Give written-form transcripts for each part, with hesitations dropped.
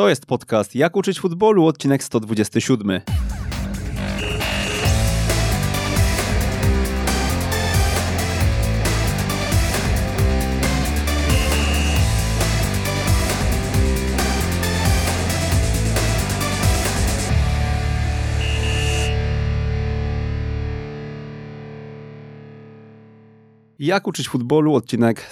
To jest podcast Jak uczyć futbolu, odcinek 127. Jak uczyć futbolu, odcinek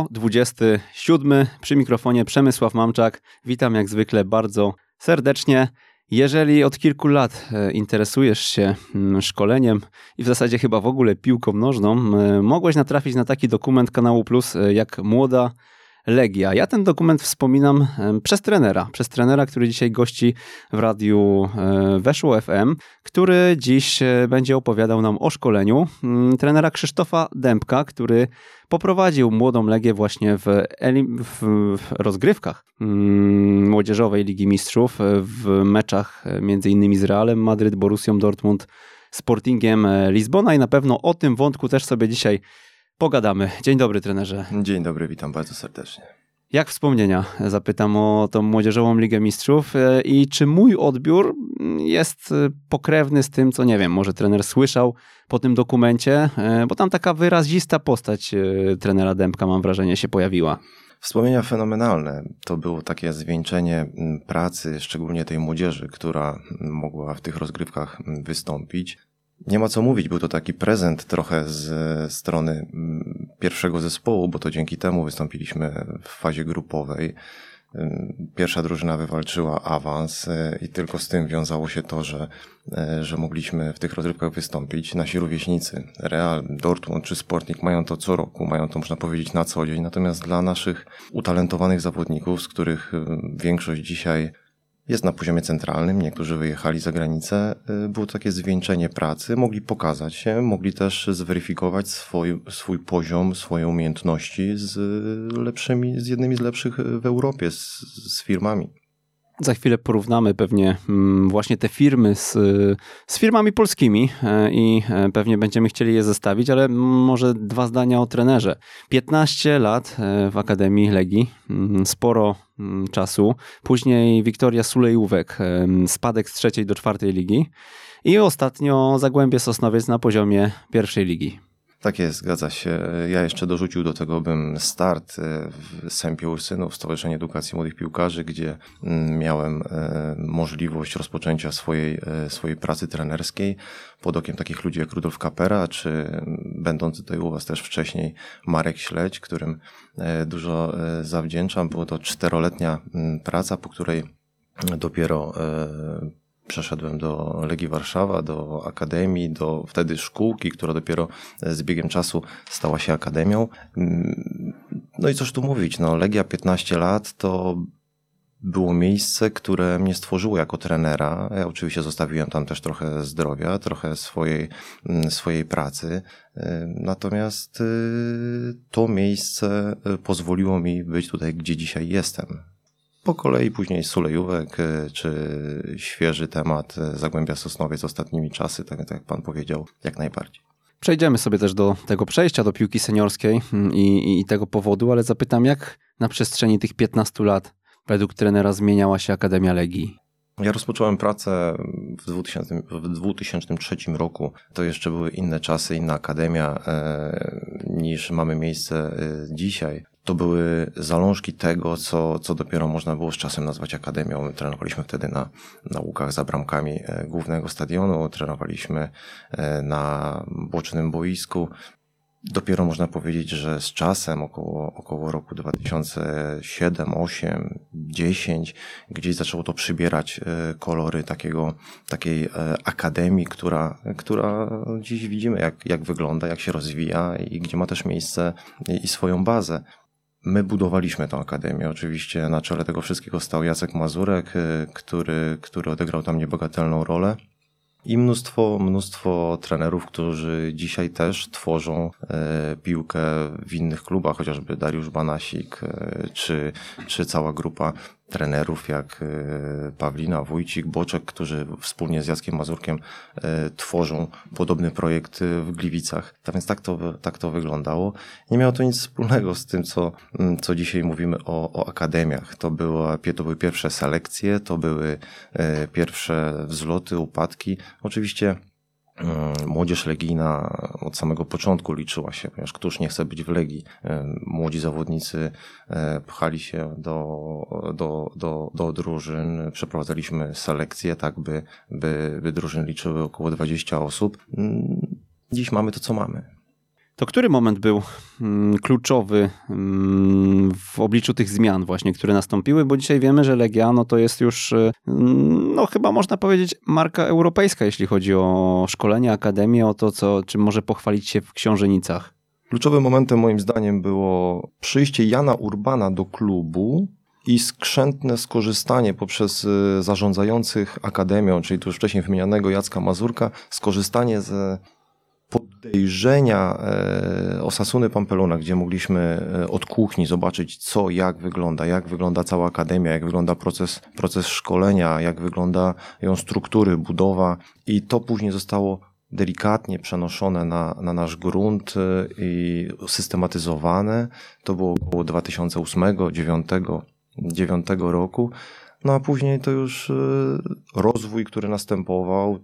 127. Przy mikrofonie Przemysław Mamczak. Witam jak zwykle bardzo serdecznie. Jeżeli od kilku lat interesujesz się szkoleniem i w zasadzie chyba w ogóle piłką nożną, mogłeś natrafić na taki dokument Kanału Plus jak Młoda Legia. Ja ten dokument wspominam przez trenera, który dzisiaj gości w radiu Weszło FM, który dziś będzie opowiadał nam o szkoleniu trenera Krzysztofa Dębka, który poprowadził Młodą Legię właśnie w rozgrywkach Młodzieżowej Ligi Mistrzów w meczach między innymi z Realem Madryt, Borussią Dortmund, Sportingiem Lizbona i na pewno o tym wątku też sobie dzisiaj pogadamy. Dzień dobry, trenerze. Dzień dobry, witam bardzo serdecznie. Jak wspomnienia? Zapytam o tą Młodzieżową Ligę Mistrzów i czy mój odbiór jest pokrewny z tym, co nie wiem, może trener słyszał po tym dokumencie, bo tam taka wyrazista postać trenera Dębka, mam wrażenie, się pojawiła. Wspomnienia fenomenalne. To było takie zwieńczenie pracy, szczególnie tej młodzieży, która mogła w tych rozgrywkach wystąpić. Nie ma co mówić, był to taki prezent trochę z strony pierwszego zespołu, bo to dzięki temu wystąpiliśmy w fazie grupowej. Pierwsza drużyna wywalczyła awans i tylko z tym wiązało się to, że mogliśmy w tych rozgrywkach wystąpić. Nasi rówieśnicy, Real, Dortmund czy Sporting mają to co roku, mają to można powiedzieć na co dzień. Natomiast dla naszych utalentowanych zawodników, z których większość dzisiaj jest na poziomie centralnym, niektórzy wyjechali za granicę, było takie zwieńczenie pracy, mogli pokazać się, mogli też zweryfikować swój poziom, swoje umiejętności z jednymi z lepszych w Europie, z firmami. Za chwilę porównamy pewnie właśnie te firmy z firmami polskimi i pewnie będziemy chcieli je zestawić, ale może dwa zdania o trenerze. 15 lat w Akademii Legii, sporo czasu. Później Wiktoria Sulejówek, spadek z 3. do 4. ligi i ostatnio Zagłębie Sosnowiec na poziomie 1. ligi. Tak jest, zgadza się. Ja jeszcze dorzucił do tego bym start w Sępie Ursynów, Stowarzyszenie Edukacji Młodych Piłkarzy, gdzie miałem możliwość rozpoczęcia swojej pracy trenerskiej pod okiem takich ludzi jak Rudolf Kapera, czy będący tutaj u was też wcześniej Marek Śledź, którym dużo zawdzięczam. Było to 4-letnia praca, po której dopiero przeszedłem do Legii Warszawa, do Akademii, do wtedy szkółki, która dopiero z biegiem czasu stała się Akademią. No i cóż tu mówić, Legia 15 lat to było miejsce, które mnie stworzyło jako trenera. Ja oczywiście zostawiłem tam też trochę zdrowia, trochę swojej pracy. Natomiast to miejsce pozwoliło mi być tutaj, gdzie dzisiaj jestem. Po kolei później Sulejówek, czy świeży temat Zagłębia Sosnowiec ostatnimi czasy, tak jak pan powiedział, jak najbardziej. Przejdziemy sobie też do tego przejścia do piłki seniorskiej i tego powodu, ale zapytam, jak na przestrzeni tych 15 lat według trenera zmieniała się Akademia Legii? Ja rozpocząłem pracę w 2003 roku. To jeszcze były inne czasy, inna akademia niż mamy miejsce dzisiaj. To były zalążki tego, co dopiero można było z czasem nazwać akademią. My trenowaliśmy wtedy na łukach za bramkami głównego stadionu, trenowaliśmy na bocznym boisku. Dopiero można powiedzieć, że z czasem, około roku 2007, 2008, 2010, gdzieś zaczęło to przybierać kolory takiej akademii, która dziś widzimy, jak wygląda, jak się rozwija i gdzie ma też miejsce i swoją bazę. My budowaliśmy tę akademię. Oczywiście na czele tego wszystkiego stał Jacek Mazurek, który odegrał tam niebagatelną rolę. I mnóstwo trenerów, którzy dzisiaj też tworzą piłkę w innych klubach, chociażby Dariusz Banasik, czy cała grupa trenerów jak Pawlina, Wójcik, Boczek, którzy wspólnie z Jackiem Mazurkiem tworzą podobny projekt w Gliwicach. Tak więc tak to wyglądało. Nie miało to nic wspólnego z tym, co dzisiaj mówimy o akademiach. To były pierwsze selekcje, to były pierwsze wzloty, upadki. Oczywiście młodzież legijna od samego początku liczyła się, ponieważ któż nie chce być w Legii. Młodzi zawodnicy pchali się do drużyn, przeprowadzaliśmy selekcje, tak by drużyny liczyły około 20 osób. Dziś mamy to, co mamy. To który moment był kluczowy w obliczu tych zmian właśnie, które nastąpiły? Bo dzisiaj wiemy, że Legia to jest już, chyba można powiedzieć, marka europejska, jeśli chodzi o szkolenie, akademię, o to, czym może pochwalić się w Książenicach. Kluczowym momentem moim zdaniem było przyjście Jana Urbana do klubu i skrzętne skorzystanie poprzez zarządzających akademią, czyli tu już wcześniej wymienianego Jacka Mazurka, skorzystanie z podejrzenia Osasuny Pampeluna, gdzie mogliśmy od kuchni zobaczyć jak wygląda cała akademia, jak wygląda proces szkolenia, jak wyglądają struktury, budowa i to później zostało delikatnie przenoszone na nasz grunt i systematyzowane. To było około 2008-2009 roku. No a później to już rozwój, który następował.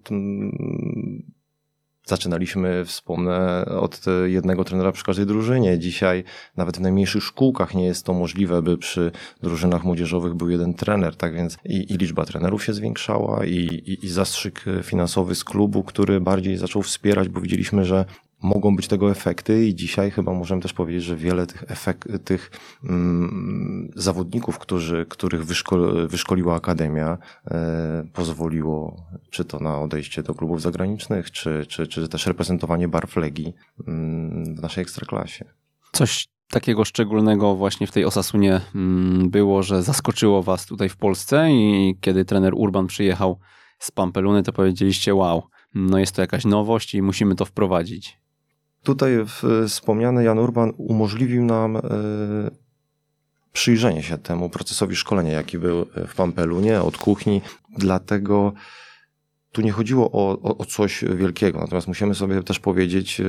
Zaczynaliśmy, wspomnę, od jednego trenera przy każdej drużynie. Dzisiaj nawet w najmniejszych szkółkach nie jest to możliwe, by przy drużynach młodzieżowych był jeden trener. Tak więc i liczba trenerów się zwiększała i zastrzyk finansowy z klubu, który bardziej zaczął wspierać, bo widzieliśmy, że mogą być tego efekty i dzisiaj chyba możemy też powiedzieć, że wiele tych zawodników, których wyszkoliła Akademia, pozwoliło czy to na odejście do klubów zagranicznych, czy też reprezentowanie barw Legii w naszej ekstraklasie. Coś takiego szczególnego właśnie w tej Osasunie było, że zaskoczyło was tutaj w Polsce i kiedy trener Urban przyjechał z Pampeluny, to powiedzieliście wow, jest to jakaś nowość i musimy to wprowadzić. Tutaj wspomniany Jan Urban umożliwił nam przyjrzenie się temu procesowi szkolenia, jaki był w Pampelunie, od kuchni. Dlatego tu nie chodziło o coś wielkiego. Natomiast musimy sobie też powiedzieć,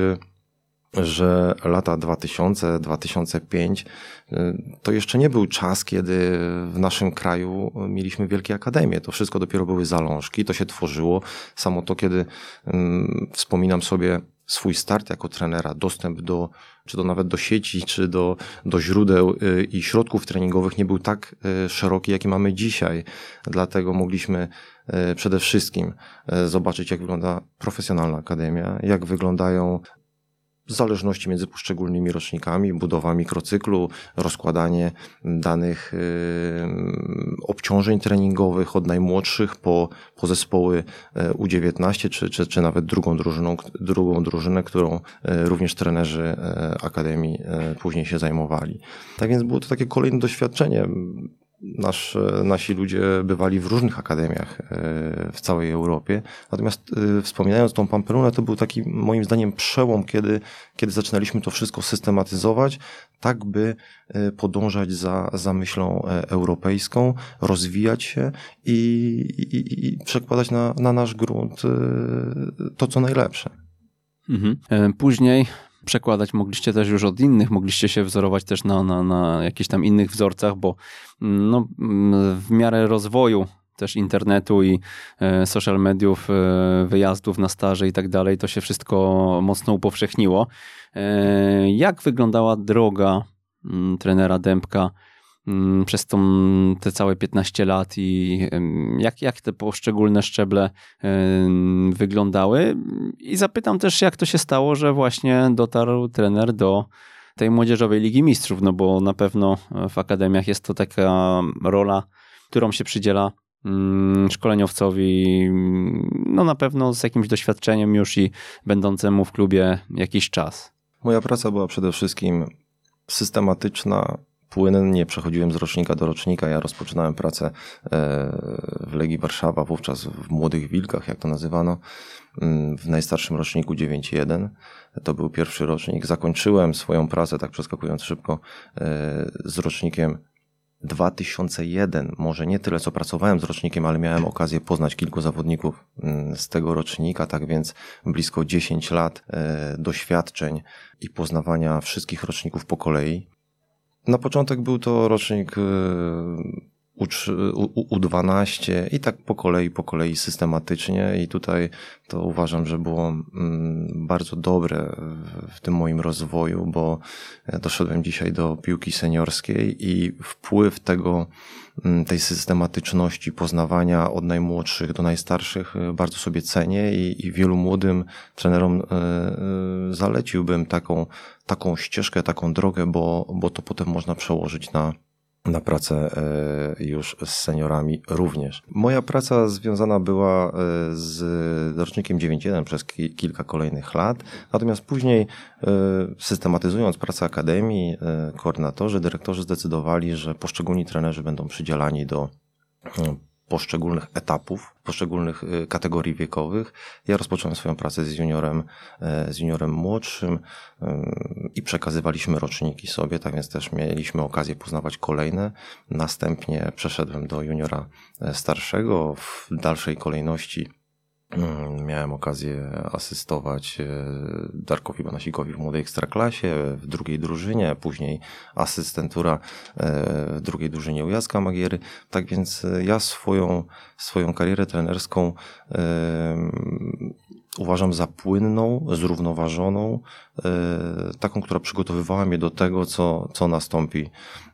że lata 2000-2005 to jeszcze nie był czas, kiedy w naszym kraju mieliśmy wielkie akademie. To wszystko dopiero były zalążki, to się tworzyło. Samo to, kiedy wspominam sobie swój start jako trenera, dostęp czy to nawet do sieci, czy do źródeł i środków treningowych nie był tak szeroki, jaki mamy dzisiaj. Dlatego mogliśmy przede wszystkim zobaczyć, jak wygląda profesjonalna akademia, jak wyglądają zależności między poszczególnymi rocznikami, budowa mikrocyklu, rozkładanie danych obciążeń treningowych od najmłodszych po zespoły U19 czy nawet drugą drużynę, którą również trenerzy Akademii później się zajmowali. Tak więc było to takie kolejne doświadczenie. Nasi ludzie bywali w różnych akademiach w całej Europie. Natomiast wspominając tą Pampelunę, to był taki moim zdaniem przełom, kiedy zaczynaliśmy to wszystko systematyzować, tak by podążać za myślą europejską, rozwijać się i przekładać na nasz grunt to, co najlepsze. Później przekładać mogliście też już od innych, mogliście się wzorować też na jakichś tam innych wzorcach, bo w miarę rozwoju też internetu i social mediów, wyjazdów na staże i tak dalej, to się wszystko mocno upowszechniło. Jak wyglądała droga trenera Dębka przez te całe 15 lat i jak te poszczególne szczeble wyglądały? I zapytam też, jak to się stało, że właśnie dotarł trener do tej młodzieżowej Ligi Mistrzów, bo na pewno w akademiach jest to taka rola, którą się przydziela szkoleniowcowi, na pewno z jakimś doświadczeniem już i będącemu w klubie jakiś czas. Moja praca była przede wszystkim systematyczna, płynnie przechodziłem z rocznika do rocznika. Ja rozpoczynałem pracę w Legii Warszawa, wówczas w Młodych Wilkach, jak to nazywano, w najstarszym roczniku 9.1. To był pierwszy rocznik. Zakończyłem swoją pracę, tak przeskakując szybko, z rocznikiem 2001, może nie tyle co pracowałem z rocznikiem, ale miałem okazję poznać kilku zawodników z tego rocznika, tak więc blisko 10 lat doświadczeń i poznawania wszystkich roczników po kolei. Na początek był to rocznik U12 i tak po kolei systematycznie i tutaj to uważam, że było bardzo dobre w tym moim rozwoju, bo doszedłem dzisiaj do piłki seniorskiej i wpływ tej systematyczności poznawania od najmłodszych do najstarszych bardzo sobie cenię i wielu młodym trenerom zaleciłbym taką ścieżkę, taką drogę, bo to potem można przełożyć na pracę już z seniorami również. Moja praca związana była z rocznikiem 9.1 przez kilka kolejnych lat, natomiast później systematyzując pracę akademii, koordynatorzy, dyrektorzy zdecydowali, że poszczególni trenerzy będą przydzielani do poszczególnych etapów, poszczególnych kategorii wiekowych. Ja rozpocząłem swoją pracę z juniorem młodszym i przekazywaliśmy roczniki sobie, tak więc też mieliśmy okazję poznawać kolejne. Następnie przeszedłem do juniora starszego. W dalszej kolejności miałem okazję asystować Darkowi Banasikowi w młodej ekstraklasie, w drugiej drużynie, później asystentura w drugiej drużynie u Jacka Magiery. Tak więc ja swoją karierę trenerską uważam za płynną, zrównoważoną, taką, która przygotowywała mnie do tego, co nastąpi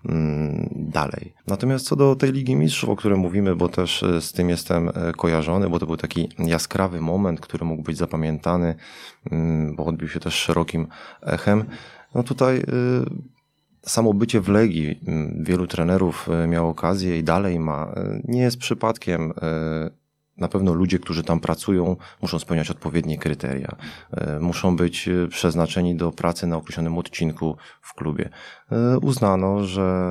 dalej. Natomiast co do tej Ligi Mistrzów, o której mówimy, bo też z tym jestem kojarzony, bo to był taki jaskrawy moment, który mógł być zapamiętany, bo odbił się też szerokim echem. No tutaj samo bycie w Legii, wielu trenerów miało okazję i dalej ma, nie jest przypadkiem. Na pewno ludzie, którzy tam pracują, muszą spełniać odpowiednie kryteria. Muszą być przeznaczeni do pracy na określonym odcinku w klubie. Uznano, że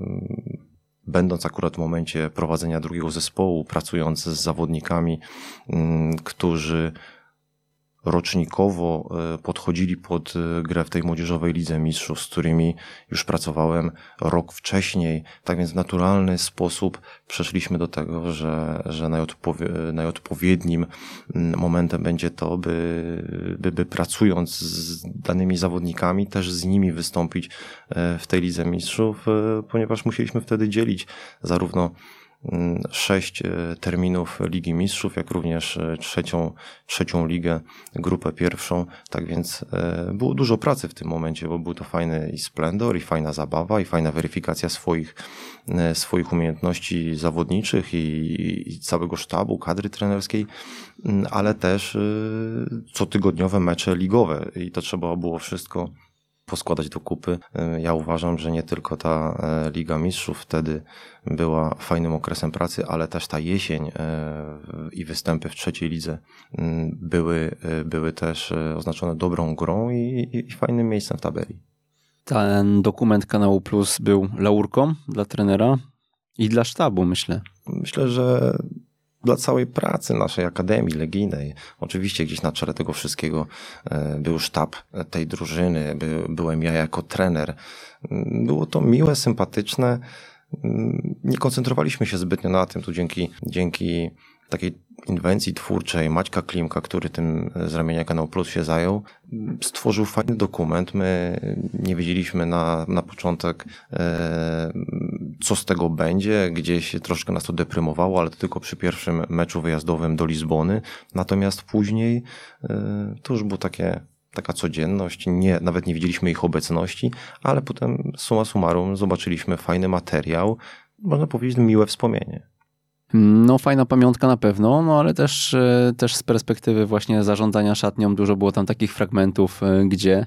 będąc akurat w momencie prowadzenia drugiego zespołu, pracując z zawodnikami, którzy rocznikowo podchodzili pod grę w tej młodzieżowej Lidze Mistrzów, z którymi już pracowałem rok wcześniej. Tak więc w naturalny sposób przeszliśmy do tego, że najodpowiednim momentem będzie to, by pracując z danymi zawodnikami, też z nimi wystąpić w tej Lidze Mistrzów, ponieważ musieliśmy wtedy dzielić zarówno 6 terminów Ligi Mistrzów, jak również trzecią ligę, grupę pierwszą. Tak więc było dużo pracy w tym momencie, bo był to fajny i splendor, i fajna zabawa, i fajna weryfikacja swoich umiejętności zawodniczych i całego sztabu, kadry trenerskiej, ale też cotygodniowe mecze ligowe i to trzeba było wszystko poskładać do kupy. Ja uważam, że nie tylko ta Liga Mistrzów wtedy była fajnym okresem pracy, ale też ta jesień i występy w trzeciej lidze były też oznaczone dobrą grą i fajnym miejscem w tabeli. Ten dokument Kanału Plus był laurką dla trenera i dla sztabu, myślę. Myślę, że dla całej pracy naszej Akademii Legijnej. Oczywiście gdzieś na czele tego wszystkiego był sztab tej drużyny, byłem ja jako trener. Było to miłe, sympatyczne. Nie koncentrowaliśmy się zbytnio na tym. Tu dzięki takiej inwencji twórczej Maćka Klimka, który tym z ramienia Kanału Plus się zajął, stworzył fajny dokument. My nie wiedzieliśmy na początek, co z tego będzie. Gdzieś troszkę nas to deprymowało, ale to tylko przy pierwszym meczu wyjazdowym do Lizbony. Natomiast później to już było taka codzienność, nawet nie widzieliśmy ich obecności, ale potem summa summarum zobaczyliśmy fajny materiał, można powiedzieć miłe wspomnienie. No fajna pamiątka na pewno, no ale też z perspektywy właśnie zarządzania szatnią dużo było tam takich fragmentów, gdzie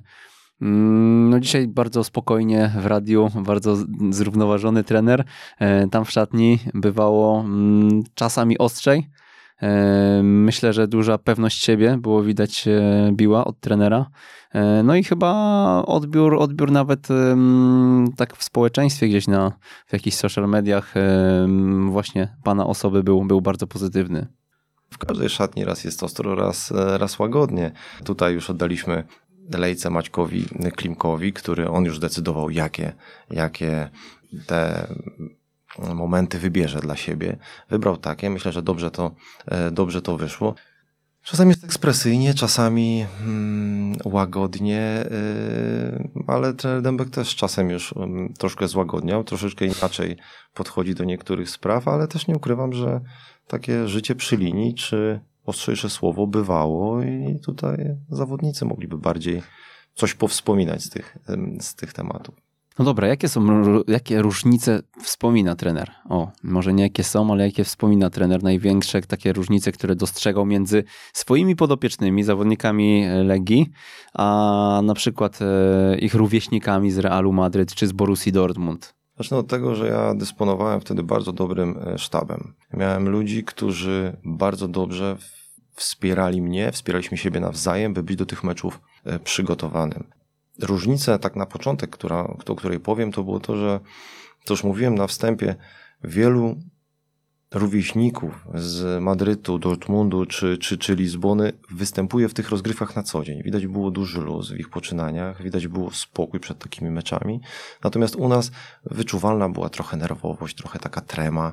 no dzisiaj bardzo spokojnie w radiu, bardzo zrównoważony trener, tam w szatni bywało czasami ostrzej. Myślę, że duża pewność siebie było widać biła od trenera. No i chyba odbiór nawet tak w społeczeństwie gdzieś w jakichś social mediach właśnie pana osoby był bardzo pozytywny. W każdej szatni raz jest ostro, raz łagodnie. Tutaj już oddaliśmy lejce Maćkowi Klimkowi, który on już decydował, jakie te momenty wybierze dla siebie. Wybrał takie, myślę, że dobrze to wyszło. Czasami jest ekspresyjnie, czasami łagodnie, ale trener Dębek też czasem już troszkę złagodniał, troszeczkę inaczej podchodzi do niektórych spraw, ale też nie ukrywam, że takie życie przy linii, czy ostrzejsze słowo bywało i tutaj zawodnicy mogliby bardziej coś powspominać z tych tematów. No dobra, jakie różnice wspomina trener? Może nie jakie są, ale jakie wspomina trener? Największe takie różnice, które dostrzegał między swoimi podopiecznymi, zawodnikami Legii, a na przykład ich rówieśnikami z Realu Madryt czy z Borussii Dortmund? Zacznę od tego, że ja dysponowałem wtedy bardzo dobrym sztabem. Miałem ludzi, którzy bardzo dobrze wspierali mnie, wspieraliśmy siebie nawzajem, by być do tych meczów przygotowanym. Różnica tak na początek, o której powiem, to było to, że to już mówiłem na wstępie, wielu rówieśników z Madrytu, Dortmundu czy Lizbony występuje w tych rozgrywkach na co dzień. Widać było duży luz w ich poczynaniach, widać było spokój przed takimi meczami. Natomiast u nas wyczuwalna była trochę nerwowość, trochę taka trema,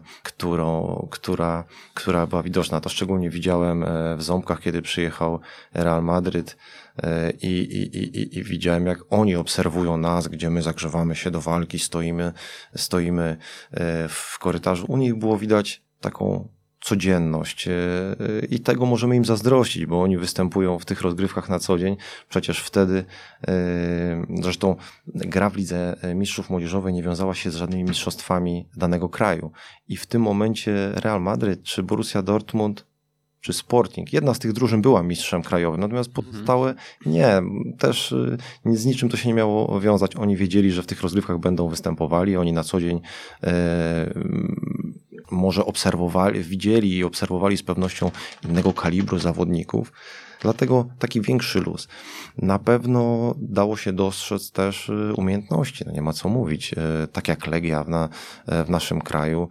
która była widoczna. To szczególnie widziałem w Ząbkach, kiedy przyjechał Real Madryt i widziałem, jak oni obserwują nas, gdzie my zagrzewamy się do walki, stoimy w korytarzu. U nich było widać taką codzienność i tego możemy im zazdrościć, bo oni występują w tych rozgrywkach na co dzień. Przecież wtedy zresztą gra w Lidze Mistrzów Młodzieżowej nie wiązała się z żadnymi mistrzostwami danego kraju i w tym momencie Real Madryt czy Borussia Dortmund czy Sporting. Jedna z tych drużyn była mistrzem krajowym, natomiast pozostałe nie. Też z niczym to się nie miało wiązać. Oni wiedzieli, że w tych rozgrywkach będą występowali. Oni na co dzień może widzieli i obserwowali z pewnością innego kalibru zawodników. Dlatego taki większy luz. Na pewno dało się dostrzec też umiejętności. No nie ma co mówić. Tak jak Legia w naszym kraju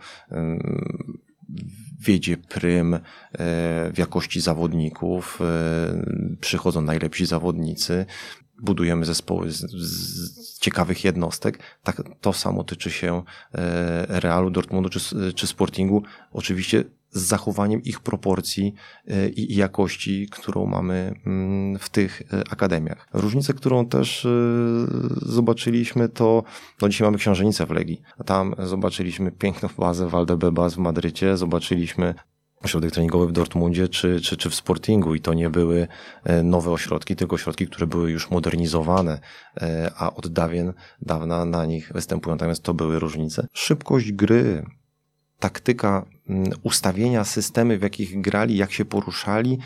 wiedzie prym w jakości zawodników, przychodzą najlepsi zawodnicy, budujemy zespoły z ciekawych jednostek. Tak, to samo tyczy się Realu, Dortmundu czy Sportingu. Oczywiście z zachowaniem ich proporcji i jakości, którą mamy w tych akademiach. Różnicę, którą też zobaczyliśmy, to dzisiaj mamy Książenicę w Legii. Tam zobaczyliśmy piękną bazę Valdebebas w Madrycie, zobaczyliśmy ośrodek treningowy w Dortmundzie czy w Sportingu i to nie były nowe ośrodki, tylko ośrodki, które były już modernizowane, a od dawna na nich występują. Natomiast to były różnice. Szybkość gry, taktyka ustawienia, systemy, w jakich grali, jak się poruszali,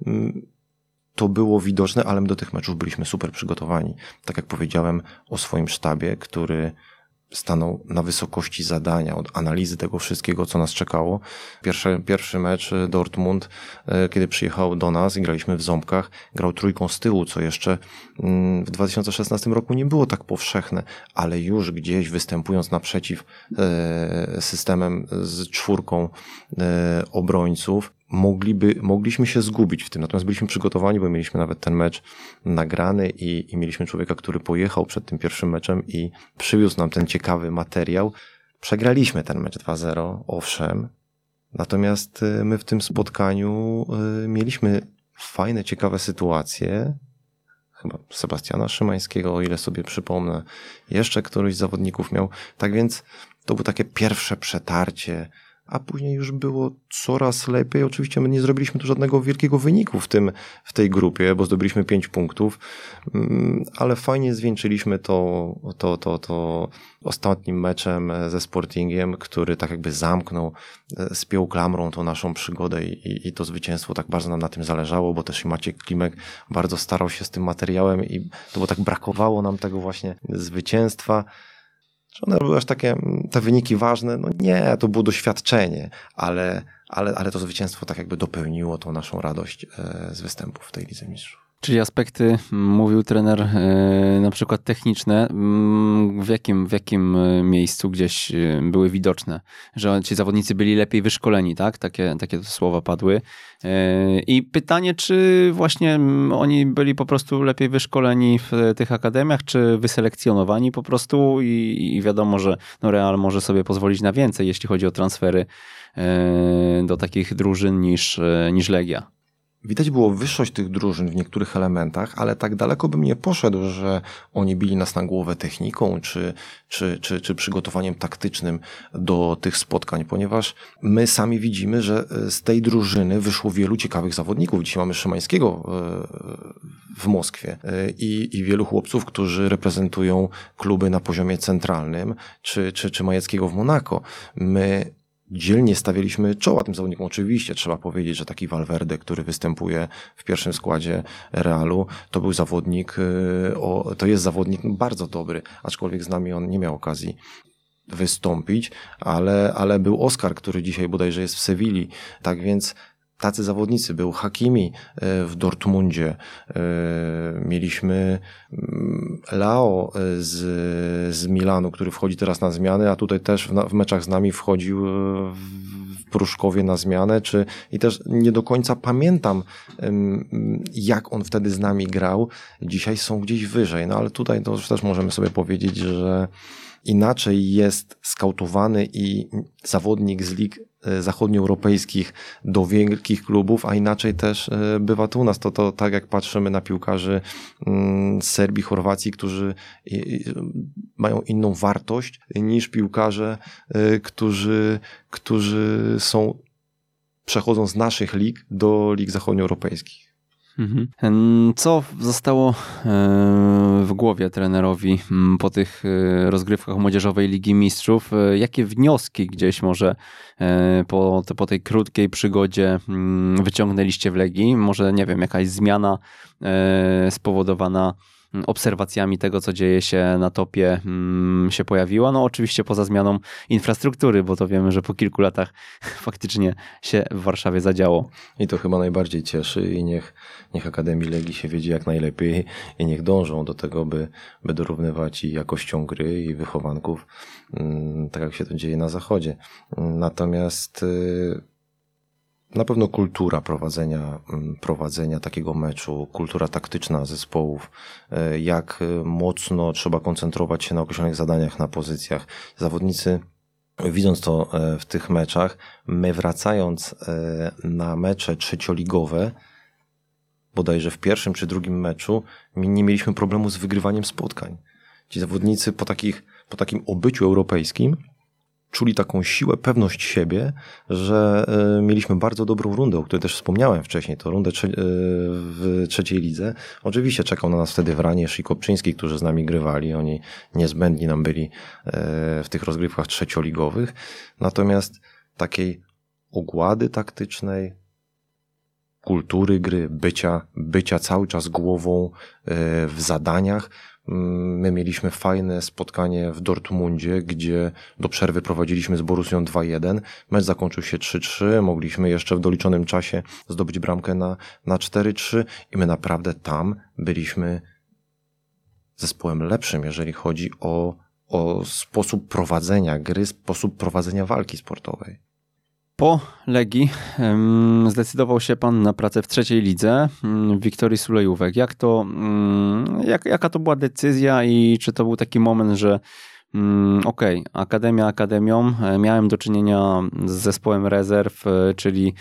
to było widoczne, ale my do tych meczów byliśmy super przygotowani. Tak jak powiedziałem o swoim sztabie, który stanął na wysokości zadania, od analizy tego wszystkiego, co nas czekało. Pierwszy mecz Dortmund, kiedy przyjechał do nas i graliśmy w Ząbkach, grał trójką z tyłu, co jeszcze w 2016 roku nie było tak powszechne, ale już gdzieś występując naprzeciw systemem z czwórką obrońców, mogliśmy się zgubić w tym, natomiast byliśmy przygotowani, bo mieliśmy nawet ten mecz nagrany i mieliśmy człowieka, który pojechał przed tym pierwszym meczem i przywiózł nam ten ciekawy materiał. Przegraliśmy ten mecz 2-0, owszem, natomiast my w tym spotkaniu mieliśmy fajne, ciekawe sytuacje, chyba Sebastiana Szymańskiego, o ile sobie przypomnę, jeszcze któryś z zawodników miał, tak więc to było takie pierwsze przetarcie, a później już było coraz lepiej. Oczywiście my nie zrobiliśmy tu żadnego wielkiego wyniku w tej grupie, bo zdobyliśmy 5 punktów, ale fajnie zwieńczyliśmy to ostatnim meczem ze Sportingiem, który tak jakby zamknął, spiął klamrą tą naszą przygodę i to zwycięstwo, tak bardzo nam na tym zależało, bo też i Maciek Klimek bardzo starał się z tym materiałem i to było tak, brakowało nam tego właśnie zwycięstwa. Czy one były aż takie, te wyniki ważne? No nie, to było doświadczenie, ale to zwycięstwo tak jakby dopełniło tą naszą radość z występów w tej Lidze Mistrzów. Czyli aspekty, mówił trener, na przykład techniczne, w jakim miejscu gdzieś były widoczne, że ci zawodnicy byli lepiej wyszkoleni, tak? Takie to słowa padły. I pytanie, czy właśnie oni byli po prostu lepiej wyszkoleni w tych akademiach, czy wyselekcjonowani po prostu i wiadomo, że no Real może sobie pozwolić na więcej, jeśli chodzi o transfery do takich drużyn niż Legia. Widać było wyższość tych drużyn w niektórych elementach, ale tak daleko bym nie poszedł, że oni bili nas na głowę techniką czy przygotowaniem taktycznym do tych spotkań, ponieważ my sami widzimy, że z tej drużyny wyszło wielu ciekawych zawodników. Dzisiaj mamy Szymańskiego w Moskwie i wielu chłopców, którzy reprezentują kluby na poziomie centralnym, czy Majeckiego w Monako. My dzielnie stawialiśmy czoła tym zawodnikom. Oczywiście trzeba powiedzieć, że taki Valverde, który występuje w pierwszym składzie Realu, to był zawodnik, to jest zawodnik bardzo dobry, aczkolwiek z nami on nie miał okazji wystąpić, ale był Oskar, który dzisiaj bodajże jest w Sewilli. Tak więc tacy zawodnicy. Był Hakimi w Dortmundzie. Mieliśmy Leao z Milanu, który wchodzi teraz na zmianę, a tutaj też w meczach z nami wchodził w Pruszkowie na zmianę. I też nie do końca pamiętam, jak on wtedy z nami grał. Dzisiaj są gdzieś wyżej. No ale tutaj to też możemy sobie powiedzieć, że inaczej jest skautowany i zawodnik z lig zachodnioeuropejskich do wielkich klubów, a inaczej też bywa tu u nas. To tak jak patrzymy na piłkarzy z Serbii, Chorwacji, którzy mają inną wartość niż piłkarze, którzy przechodzą z naszych lig do lig zachodnioeuropejskich. Co zostało w głowie trenerowi po tych rozgrywkach Młodzieżowej Ligi Mistrzów? Jakie wnioski gdzieś może po tej krótkiej przygodzie wyciągnęliście w Legii? Może, nie wiem, jakaś zmiana spowodowana obserwacjami tego, co dzieje się na topie się pojawiła. No oczywiście poza zmianą infrastruktury, bo to wiemy, że po kilku latach faktycznie się w Warszawie zadziało. I to chyba najbardziej cieszy i niech Akademii Legii się wiedzie jak najlepiej i niech dążą do tego, by dorównywać i jakością gry i wychowanków, tak jak się to dzieje na zachodzie. Natomiast na pewno kultura prowadzenia takiego meczu, kultura taktyczna zespołów, jak mocno trzeba koncentrować się na określonych zadaniach, na pozycjach. Zawodnicy, widząc to w tych meczach, my wracając na mecze trzecioligowe, bodajże w pierwszym czy drugim meczu, nie mieliśmy problemu z wygrywaniem spotkań. Ci zawodnicy po takim obyciu europejskim czuli taką siłę, pewność siebie, że mieliśmy bardzo dobrą rundę, o której też wspomniałem wcześniej, to rundę w trzeciej lidze. Oczywiście czekał na nas wtedy Wraniesz i Kopczyński, którzy z nami grywali. Oni niezbędni nam byli w tych rozgrywkach trzecioligowych. Natomiast takiej ogłady taktycznej, kultury gry, bycia cały czas głową w zadaniach. My mieliśmy fajne spotkanie w Dortmundzie, gdzie do przerwy prowadziliśmy z Borussią 2-1. Mecz zakończył się 3-3. Mogliśmy jeszcze w doliczonym czasie zdobyć bramkę na 4-3 i my naprawdę tam byliśmy zespołem lepszym, jeżeli chodzi o sposób prowadzenia gry, sposób prowadzenia walki sportowej. Po Legii zdecydował się pan na pracę w trzeciej lidze w Wiktorii Sulejówek. Jaka to była decyzja i czy to był taki moment, że Akademia akademią, miałem do czynienia z zespołem rezerw, czyli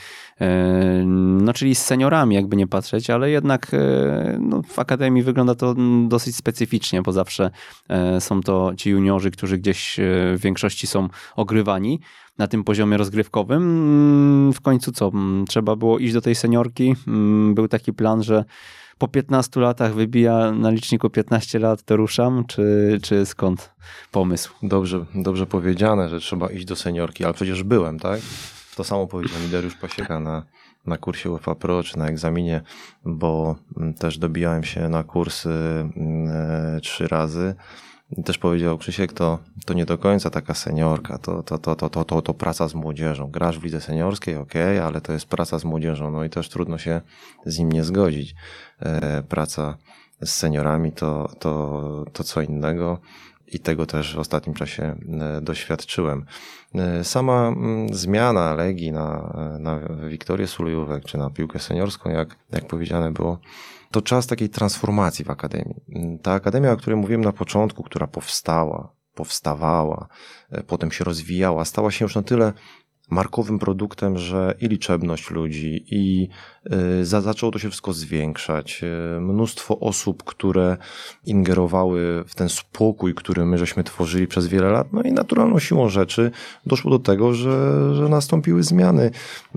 z seniorami, jakby nie patrzeć, ale jednak w Akademii wygląda to dosyć specyficznie, bo zawsze są to ci juniorzy, którzy gdzieś w większości są ogrywani na tym poziomie rozgrywkowym. W końcu co? Trzeba było iść do tej seniorki. Był taki plan, że po 15 latach wybija na liczniku 15 lat, to ruszam, czy skąd pomysł? Dobrze powiedziane, że trzeba iść do seniorki, ale przecież byłem, tak? To samo powiedział mi Dariusz Pasieka na kursie UEFA Pro, czy na egzaminie, bo też dobijałem się na kurs 3 razy Też powiedział Krzysiek, to nie do końca taka seniorka, to praca z młodzieżą. Grasz w lidze seniorskiej, okej, ale to jest praca z młodzieżą, no i też trudno się z nim nie zgodzić. Praca z seniorami to co innego i tego też w ostatnim czasie doświadczyłem. Sama zmiana Legii na Wiktorię Sulejówek, czy na piłkę seniorską, jak powiedziane było, to czas takiej transformacji w Akademii. Ta Akademia, o której mówiłem na początku, która powstawała, potem się rozwijała, stała się już na tyle markowym produktem, że i liczebność ludzi, i zaczęło to się wszystko zwiększać. Mnóstwo osób, które ingerowały w ten spokój, który my żeśmy tworzyli przez wiele lat, no i naturalną siłą rzeczy doszło do tego, że nastąpiły zmiany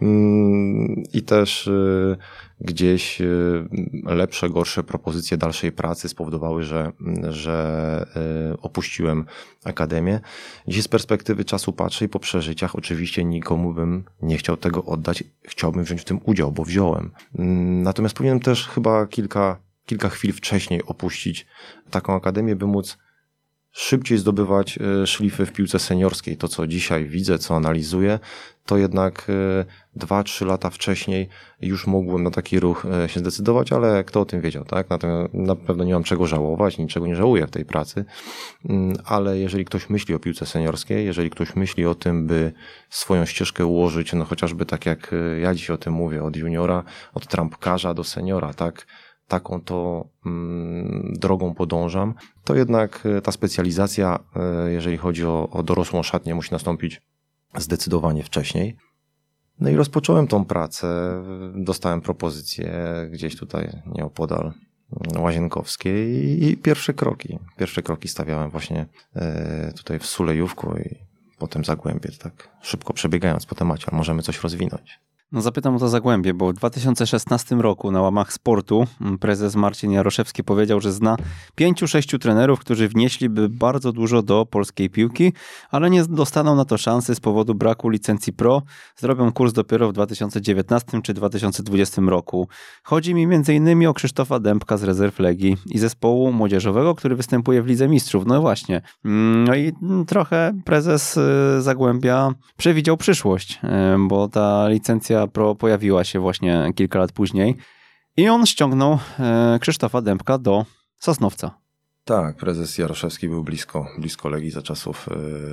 i też gdzieś lepsze, gorsze propozycje dalszej pracy spowodowały, że opuściłem Akademię. Dziś z perspektywy czasu patrzę i po przeżyciach oczywiście nikomu bym nie chciał tego oddać. Chciałbym wziąć w tym udział, bo wziąłem. Natomiast powinienem też chyba kilka chwil wcześniej opuścić taką Akademię, by móc szybciej zdobywać szlify w piłce seniorskiej. To, co dzisiaj widzę, co analizuję, to jednak 2-3 lata wcześniej już mógłbym na taki ruch się zdecydować, ale kto o tym wiedział, tak? Na pewno nie mam czego żałować, niczego nie żałuję w tej pracy, ale jeżeli ktoś myśli o piłce seniorskiej, jeżeli ktoś myśli o tym, by swoją ścieżkę ułożyć, no chociażby tak jak ja dziś o tym mówię, od juniora, od trampkarza do seniora, tak? Taką to drogą podążam, to jednak ta specjalizacja, jeżeli chodzi o dorosłą szatnię, musi nastąpić zdecydowanie wcześniej. No i rozpocząłem tą pracę, dostałem propozycję gdzieś tutaj nieopodal Łazienkowskiej i pierwsze kroki stawiałem właśnie tutaj w Sulejówku i potem Zagłębie, tak szybko przebiegając po temacie, ale możemy coś rozwinąć. No zapytam o to Zagłębie, bo w 2016 roku na łamach Sportu prezes Marcin Jaroszewski powiedział, że zna 5-6 trenerów, którzy wnieśliby bardzo dużo do polskiej piłki, ale nie dostaną na to szansy z powodu braku licencji pro. Zrobią kurs dopiero w 2019 czy 2020 roku. Chodzi mi m.in. o Krzysztofa Dębka z rezerw Legii i zespołu młodzieżowego, który występuje w Lidze Mistrzów. No właśnie. No i trochę prezes Zagłębia przewidział przyszłość, bo ta licencja pro pojawiła się właśnie kilka lat później i on ściągnął Krzysztofa Dębka do Sosnowca. Tak, prezes Jaroszewski był blisko Legii za czasów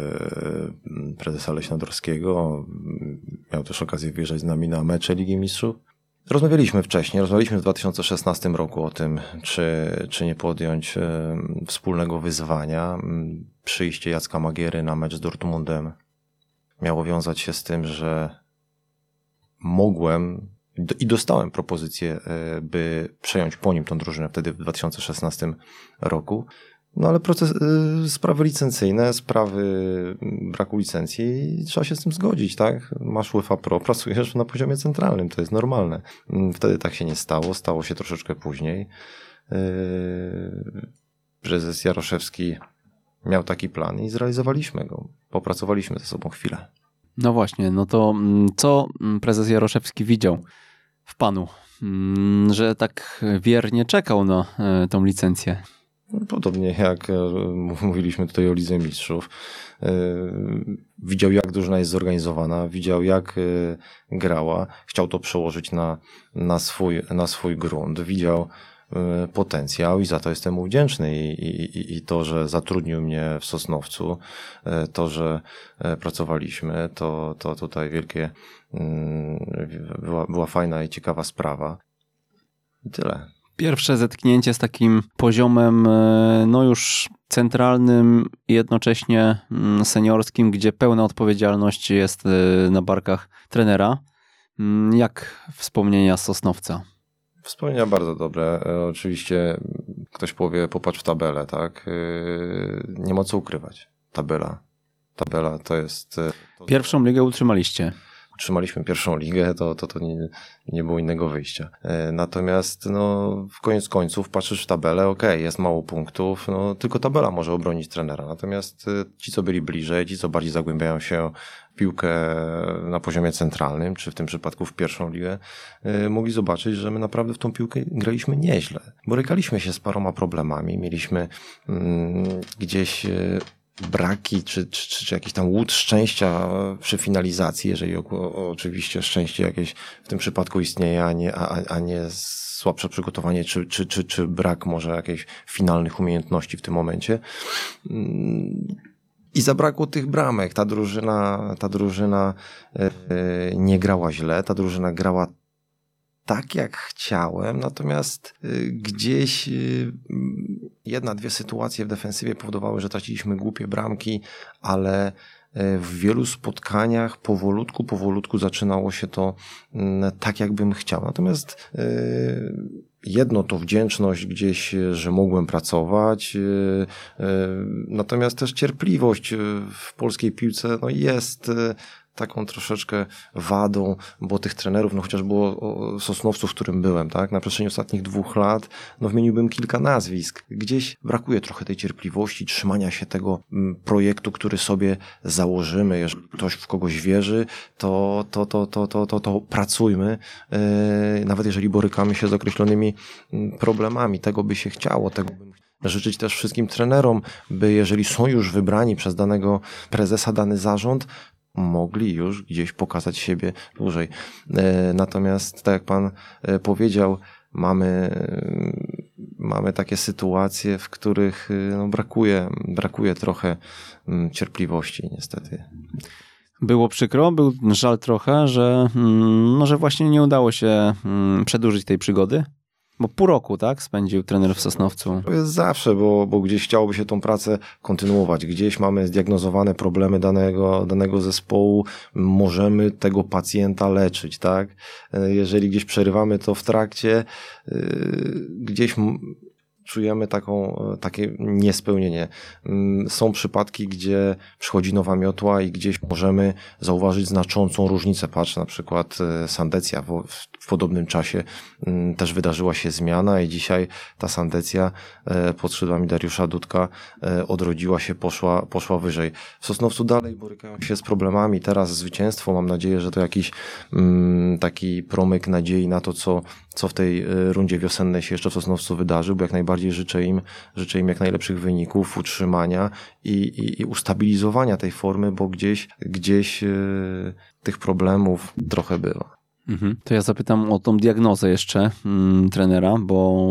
prezesa Leśnodorskiego. Miał też okazję wyjeżdżać z nami na mecze Ligi Mistrzów. Rozmawialiśmy w 2016 roku o tym, czy nie podjąć wspólnego wyzwania. Przyjście Jacka Magiery na mecz z Dortmundem miało wiązać się z tym, że mogłem i dostałem propozycję, by przejąć po nim tą drużynę wtedy w 2016 roku. No ale sprawy licencyjne, sprawy braku licencji, trzeba się z tym zgodzić, tak? Masz UEFA Pro, pracujesz na poziomie centralnym, to jest normalne. Wtedy tak się nie stało, stało się troszeczkę później. Prezes Jaroszewski miał taki plan i zrealizowaliśmy go. Popracowaliśmy ze sobą chwilę. No właśnie, no to co prezes Jaroszewski widział w panu, że tak wiernie czekał na tą licencję? Podobnie jak mówiliśmy tutaj o Lidze Mistrzów. Widział, jak drużyna jest zorganizowana, widział, jak grała, chciał to przełożyć na swój grunt, widział potencjał i za to jestem mu wdzięczny i to, że zatrudnił mnie w Sosnowcu, to, że pracowaliśmy, to tutaj wielkie była fajna i ciekawa sprawa. I tyle. Pierwsze zetknięcie z takim poziomem no już centralnym i jednocześnie seniorskim, gdzie pełna odpowiedzialność jest na barkach trenera. Jak wspomnienia z Sosnowca? Wspomnienia bardzo dobre. Oczywiście ktoś powie, popatrz w tabelę, tak? Nie ma co ukrywać. Tabela to jest... Pierwszą ligę utrzymaliście. utrzymaliśmy pierwszą ligę, to nie było innego wyjścia. Natomiast w koniec końców patrzysz w tabelę, okej, jest mało punktów, tylko tabela może obronić trenera. Natomiast ci, co byli bliżej, ci, co bardziej zagłębiają się w piłkę na poziomie centralnym, czy w tym przypadku w pierwszą ligę, mogli zobaczyć, że my naprawdę w tą piłkę graliśmy nieźle. Borykaliśmy się z paroma problemami, mieliśmy gdzieś braki, czy jakiś tam łód szczęścia przy finalizacji, jeżeli oczywiście szczęście jakieś w tym przypadku istnieje, a nie słabsze przygotowanie, czy brak może jakichś finalnych umiejętności w tym momencie. I zabrakło tych bramek. Ta drużyna nie grała źle, ta drużyna grała tak, jak chciałem, natomiast gdzieś jedna, dwie sytuacje w defensywie powodowały, że traciliśmy głupie bramki, ale w wielu spotkaniach powolutku zaczynało się to tak, jakbym chciał. Natomiast jedno to wdzięczność gdzieś, że mogłem pracować, natomiast też cierpliwość w polskiej piłce jest taką troszeczkę wadą, bo tych trenerów, chociaż było Sosnowców, w którym byłem, tak, na przestrzeni ostatnich 2 lat, wymieniłbym kilka nazwisk. Gdzieś brakuje trochę tej cierpliwości, trzymania się tego projektu, który sobie założymy. Jeżeli ktoś w kogoś wierzy, to pracujmy, nawet jeżeli borykamy się z określonymi problemami. Tego by się chciało, tego bym życzyć też wszystkim trenerom, by jeżeli są już wybrani przez danego prezesa, dany zarząd, mogli już gdzieś pokazać siebie dłużej. Natomiast, tak jak pan powiedział, mamy takie sytuacje, w których brakuje trochę cierpliwości, niestety. Było przykro, był żal trochę, że właśnie nie udało się przedłużyć tej przygody? Bo pół roku, tak, spędził trener w Sosnowcu. To jest zawsze, bo gdzieś chciałoby się tą pracę kontynuować. Gdzieś mamy zdiagnozowane problemy danego zespołu, możemy tego pacjenta leczyć, tak? Jeżeli gdzieś przerywamy to w trakcie, gdzieś czujemy takie niespełnienie. Są przypadki, gdzie przychodzi nowa miotła i gdzieś możemy zauważyć znaczącą różnicę. Patrz, na przykład Sandecja w podobnym czasie też wydarzyła się zmiana i dzisiaj ta Sandecja pod skrzydłami Dariusza Dudka odrodziła się, poszła wyżej. W Sosnowcu dalej borykają się z problemami. Teraz zwycięstwo, mam nadzieję, że to jakiś taki promyk nadziei na to, co w tej rundzie wiosennej się jeszcze w Sosnowcu wydarzy, bo jak najbardziej życzę im jak najlepszych wyników, utrzymania i ustabilizowania tej formy, bo gdzieś tych problemów trochę bywa. To ja zapytam o tą diagnozę jeszcze trenera, bo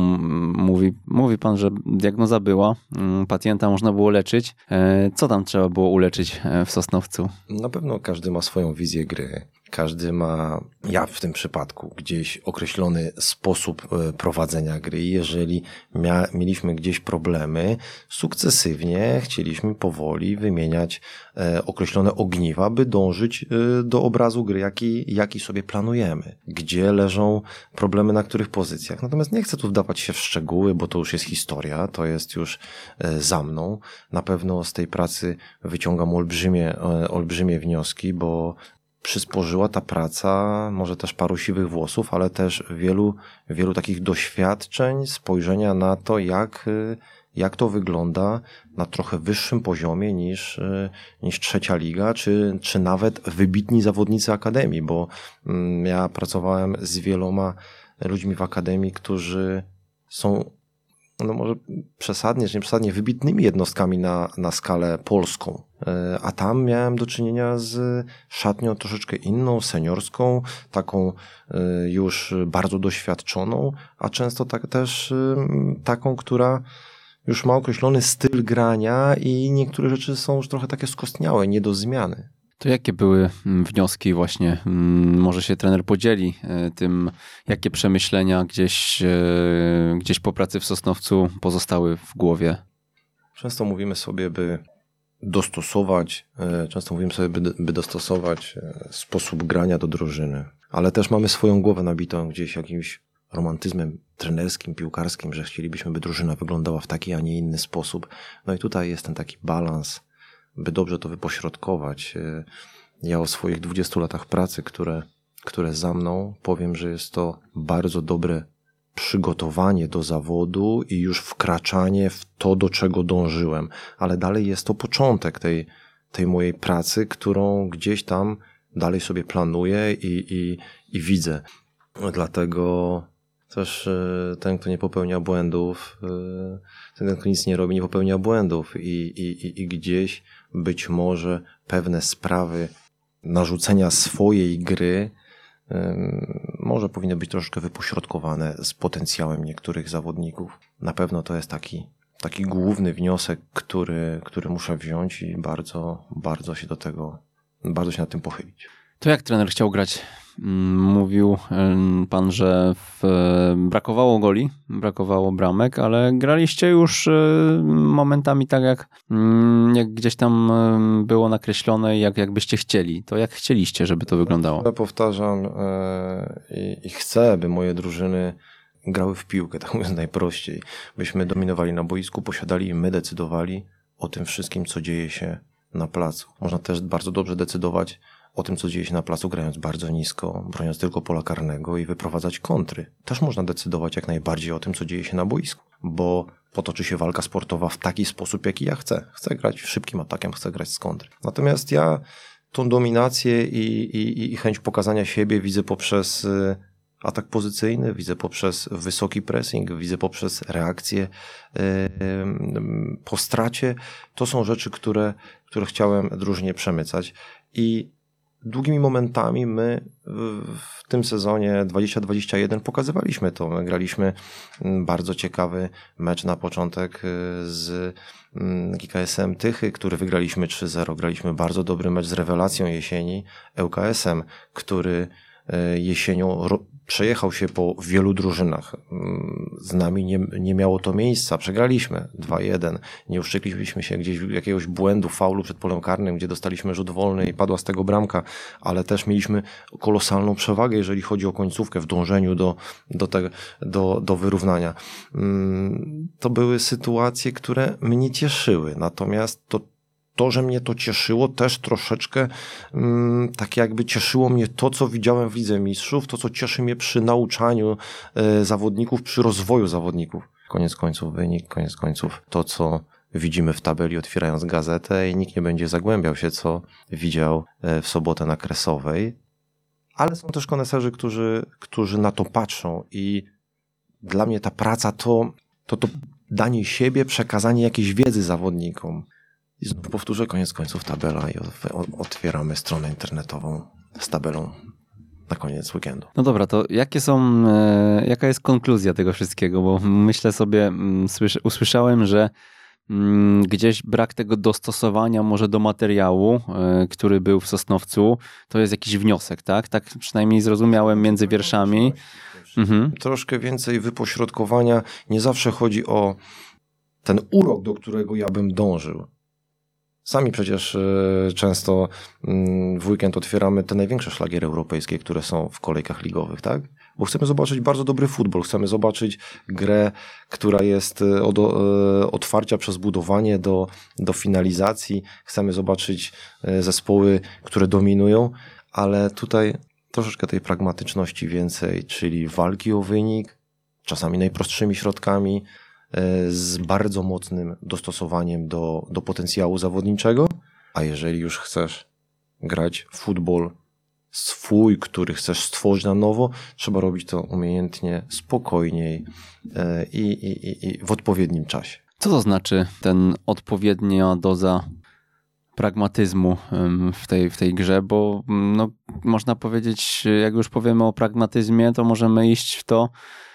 mówi pan, że diagnoza była, pacjenta można było leczyć. Co tam trzeba było uleczyć w Sosnowcu? Na pewno każdy ma swoją wizję gry. Każdy ma, ja w tym przypadku, gdzieś określony sposób prowadzenia gry. Jeżeli mieliśmy gdzieś problemy, sukcesywnie chcieliśmy powoli wymieniać określone ogniwa, by dążyć do obrazu gry, jaki sobie planujemy. Gdzie leżą problemy, na których pozycjach. Natomiast nie chcę tu wdawać się w szczegóły, bo to już jest historia, to jest już za mną. Na pewno z tej pracy wyciągam olbrzymie wnioski, bo przysporzyła ta praca może też paru siwych włosów, ale też wielu takich doświadczeń, spojrzenia na to, jak to wygląda na trochę wyższym poziomie niż trzecia liga, czy nawet wybitni zawodnicy akademii, bo ja pracowałem z wieloma ludźmi w akademii, którzy są może przesadnie, czy nieprzesadnie wybitnymi jednostkami na skalę polską. A tam miałem do czynienia z szatnią troszeczkę inną, seniorską, taką już bardzo doświadczoną, a często też taką, która już ma określony styl grania i niektóre rzeczy są już trochę takie skostniałe, nie do zmiany. To jakie były wnioski właśnie? Może się trener podzieli tym, jakie przemyślenia gdzieś po pracy w Sosnowcu pozostały w głowie? Często mówimy sobie, by dostosować sposób grania do drużyny, ale też mamy swoją głowę nabitą gdzieś jakimś romantyzmem trenerskim, piłkarskim, że chcielibyśmy, by drużyna wyglądała w taki, a nie inny sposób. No i tutaj jest ten taki balans, by dobrze to wypośrodkować. Ja o swoich 20 latach pracy, które za mną, powiem, że jest to bardzo dobre przygotowanie do zawodu i już wkraczanie w to, do czego dążyłem. Ale dalej jest to początek tej mojej pracy, którą gdzieś tam dalej sobie planuję i widzę. Dlatego też ten, kto nie popełnia błędów, ten, kto nic nie robi, nie popełnia błędów i gdzieś być może pewne sprawy narzucenia swojej gry może powinny być troszkę wypośrodkowane z potencjałem niektórych zawodników. Na pewno to jest taki główny wniosek, który muszę wziąć i bardzo się nad tym pochylić. To jak trener chciał grać? Mówił pan, że brakowało goli, brakowało bramek, ale graliście już momentami tak, jak gdzieś tam było nakreślone i jakbyście chcieli. To jak chcieliście, żeby to wyglądało? Ja powtarzam i chcę, by moje drużyny grały w piłkę, tak mówiąc najprościej. Byśmy dominowali na boisku, posiadali i my decydowali o tym wszystkim, co dzieje się na placu. Można też bardzo dobrze decydować o tym, co dzieje się na placu, grając bardzo nisko, broniąc tylko pola karnego i wyprowadzać kontry. Też można decydować jak najbardziej o tym, co dzieje się na boisku, bo potoczy się walka sportowa w taki sposób, jaki ja chcę. Chcę grać szybkim atakiem, chcę grać z kontry. Natomiast ja tą dominację i chęć pokazania siebie widzę poprzez atak pozycyjny, widzę poprzez wysoki pressing, widzę poprzez reakcję po stracie. To są rzeczy, które chciałem drużynie przemycać i długimi momentami my w tym sezonie 2021 pokazywaliśmy to. My graliśmy bardzo ciekawy mecz na początek z GKS-em Tychy, który wygraliśmy 3-0. Graliśmy bardzo dobry mecz z rewelacją jesieni ŁKS-em, który jesienią przejechał się po wielu drużynach. Z nami nie miało to miejsca. Przegraliśmy 2-1. Nie uszczykliśmy się gdzieś jakiegoś błędu, faulu przed polem karnym, gdzie dostaliśmy rzut wolny i padła z tego bramka, ale też mieliśmy kolosalną przewagę, jeżeli chodzi o końcówkę w dążeniu do wyrównania. To były sytuacje, które mnie cieszyły. Natomiast to, że mnie to cieszyło, też troszeczkę tak jakby cieszyło mnie to, co widziałem w Lidze Mistrzów, to, co cieszy mnie przy nauczaniu zawodników, przy rozwoju zawodników. Koniec końców wynik, koniec końców to, co widzimy w tabeli, otwierając gazetę i nikt nie będzie zagłębiał się, co widział w sobotę na Kresowej. Ale są też koneserzy, którzy na to patrzą i dla mnie ta praca to danie siebie, przekazanie jakiejś wiedzy zawodnikom. I znów powtórzę, koniec końców tabela i otwieramy stronę internetową z tabelą na koniec weekendu. No dobra, to jaka jest konkluzja tego wszystkiego? Bo myślę sobie, usłyszałem, że gdzieś brak tego dostosowania może do materiału, który był w Sosnowcu, to jest jakiś wniosek, tak? Tak przynajmniej zrozumiałem między wierszami. Troszkę więcej wypośrodkowania. Nie zawsze chodzi o ten urok, do którego ja bym dążył. Sami przecież często w weekend otwieramy te największe szlagiery europejskie, które są w kolejkach ligowych, tak? Bo chcemy zobaczyć bardzo dobry futbol, chcemy zobaczyć grę, która jest od otwarcia przez budowanie do finalizacji, chcemy zobaczyć zespoły, które dominują, ale tutaj troszeczkę tej pragmatyczności więcej, czyli walki o wynik, czasami najprostszymi środkami, z bardzo mocnym dostosowaniem do potencjału zawodniczego, a jeżeli już chcesz grać futbol swój, który chcesz stworzyć na nowo, trzeba robić to umiejętnie, spokojniej i w odpowiednim czasie. Co to znaczy ten odpowiednia doza pragmatyzmu w tej grze, bo no, można powiedzieć, jak już powiemy o pragmatyzmie, to możemy iść w to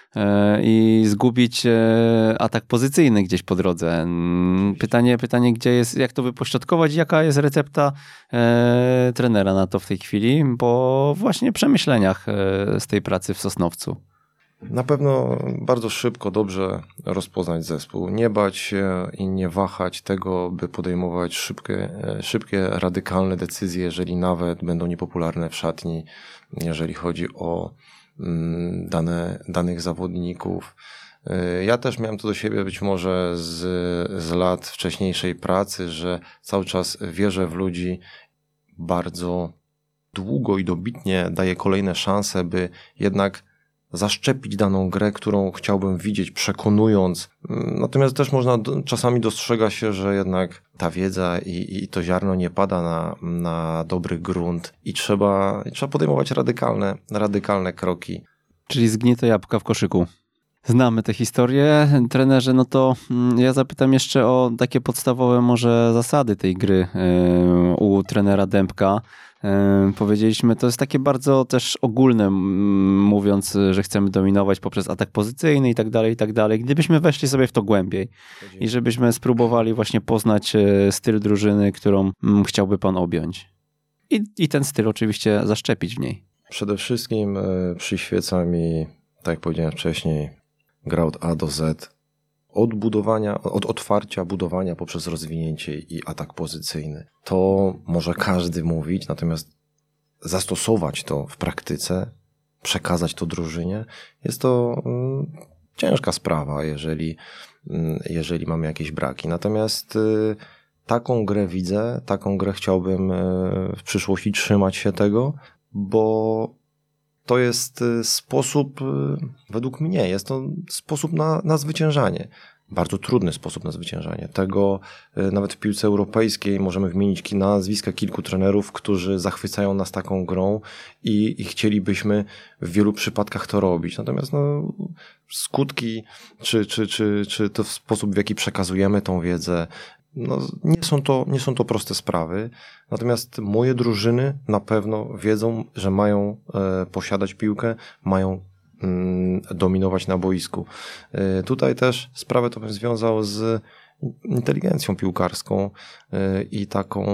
i zgubić atak pozycyjny gdzieś po drodze. Pytanie, gdzie jest, jak to wypośrodkować, jaka jest recepta trenera na to w tej chwili, po właśnie przemyśleniach z tej pracy w Sosnowcu. Na pewno bardzo szybko, dobrze rozpoznać zespół. Nie bać się i nie wahać tego, by podejmować szybkie, radykalne decyzje, jeżeli nawet będą niepopularne w szatni, jeżeli chodzi o danych zawodników. Ja też miałem to do siebie być może z lat wcześniejszej pracy, że cały czas wierzę w ludzi, bardzo długo i dobitnie daje kolejne szanse, by jednak zaszczepić daną grę, którą chciałbym widzieć, przekonując. Natomiast też czasami dostrzega się, że jednak ta wiedza i to ziarno nie pada na dobry grunt i trzeba podejmować radykalne kroki. Czyli zgnite jabłka w koszyku. Znamy tę historię. Trenerze, no to ja zapytam jeszcze o takie podstawowe może zasady tej gry u trenera Dębka. Powiedzieliśmy, to jest takie bardzo też ogólne, mówiąc, że chcemy dominować poprzez atak pozycyjny i tak dalej. Gdybyśmy weszli sobie w to głębiej i żebyśmy spróbowali właśnie poznać styl drużyny, którą chciałby pan objąć. I ten styl oczywiście zaszczepić w niej. Przede wszystkim przyświeca mi, tak jak powiedziałem wcześniej, gra od A do Z. Od otwarcia, budowania poprzez rozwinięcie i atak pozycyjny. To może każdy mówić, natomiast zastosować to w praktyce, przekazać to drużynie, jest to ciężka sprawa, jeżeli mamy jakieś braki. Natomiast taką grę widzę, taką grę chciałbym w przyszłości trzymać się tego, bo to jest sposób, według mnie, jest to sposób na zwyciężanie. Bardzo trudny sposób na zwyciężanie. Tego nawet w piłce europejskiej możemy wymienić nazwiska kilku trenerów, którzy zachwycają nas taką grą i chcielibyśmy w wielu przypadkach to robić. Natomiast skutki, czy to sposób, w jaki przekazujemy tą wiedzę, nie są to proste sprawy, natomiast moje drużyny na pewno wiedzą, że mają posiadać piłkę, mają dominować na boisku. Tutaj też sprawę to bym związał z inteligencją piłkarską i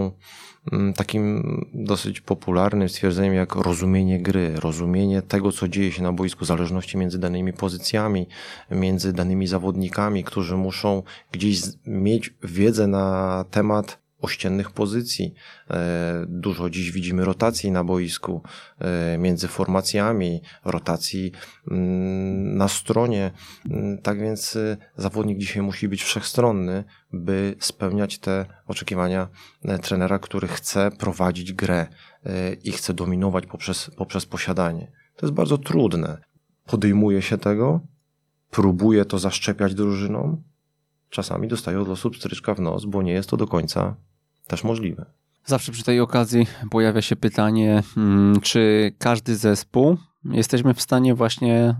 takim dosyć popularnym stwierdzeniem jak rozumienie gry, rozumienie tego, co dzieje się na boisku, zależności między danymi pozycjami, między danymi zawodnikami, którzy muszą gdzieś mieć wiedzę na temat ościennych pozycji. Dużo dziś widzimy rotacji na boisku między formacjami, rotacji na stronie. Tak więc zawodnik dzisiaj musi być wszechstronny, by spełniać te oczekiwania trenera, który chce prowadzić grę i chce dominować poprzez posiadanie. To jest bardzo trudne. Podejmuje się tego, próbuje to zaszczepiać drużynom, czasami dostaje od losu pstryczka w nos, bo nie jest to do końca też możliwe. Zawsze przy tej okazji pojawia się pytanie, czy każdy zespół jesteśmy w stanie właśnie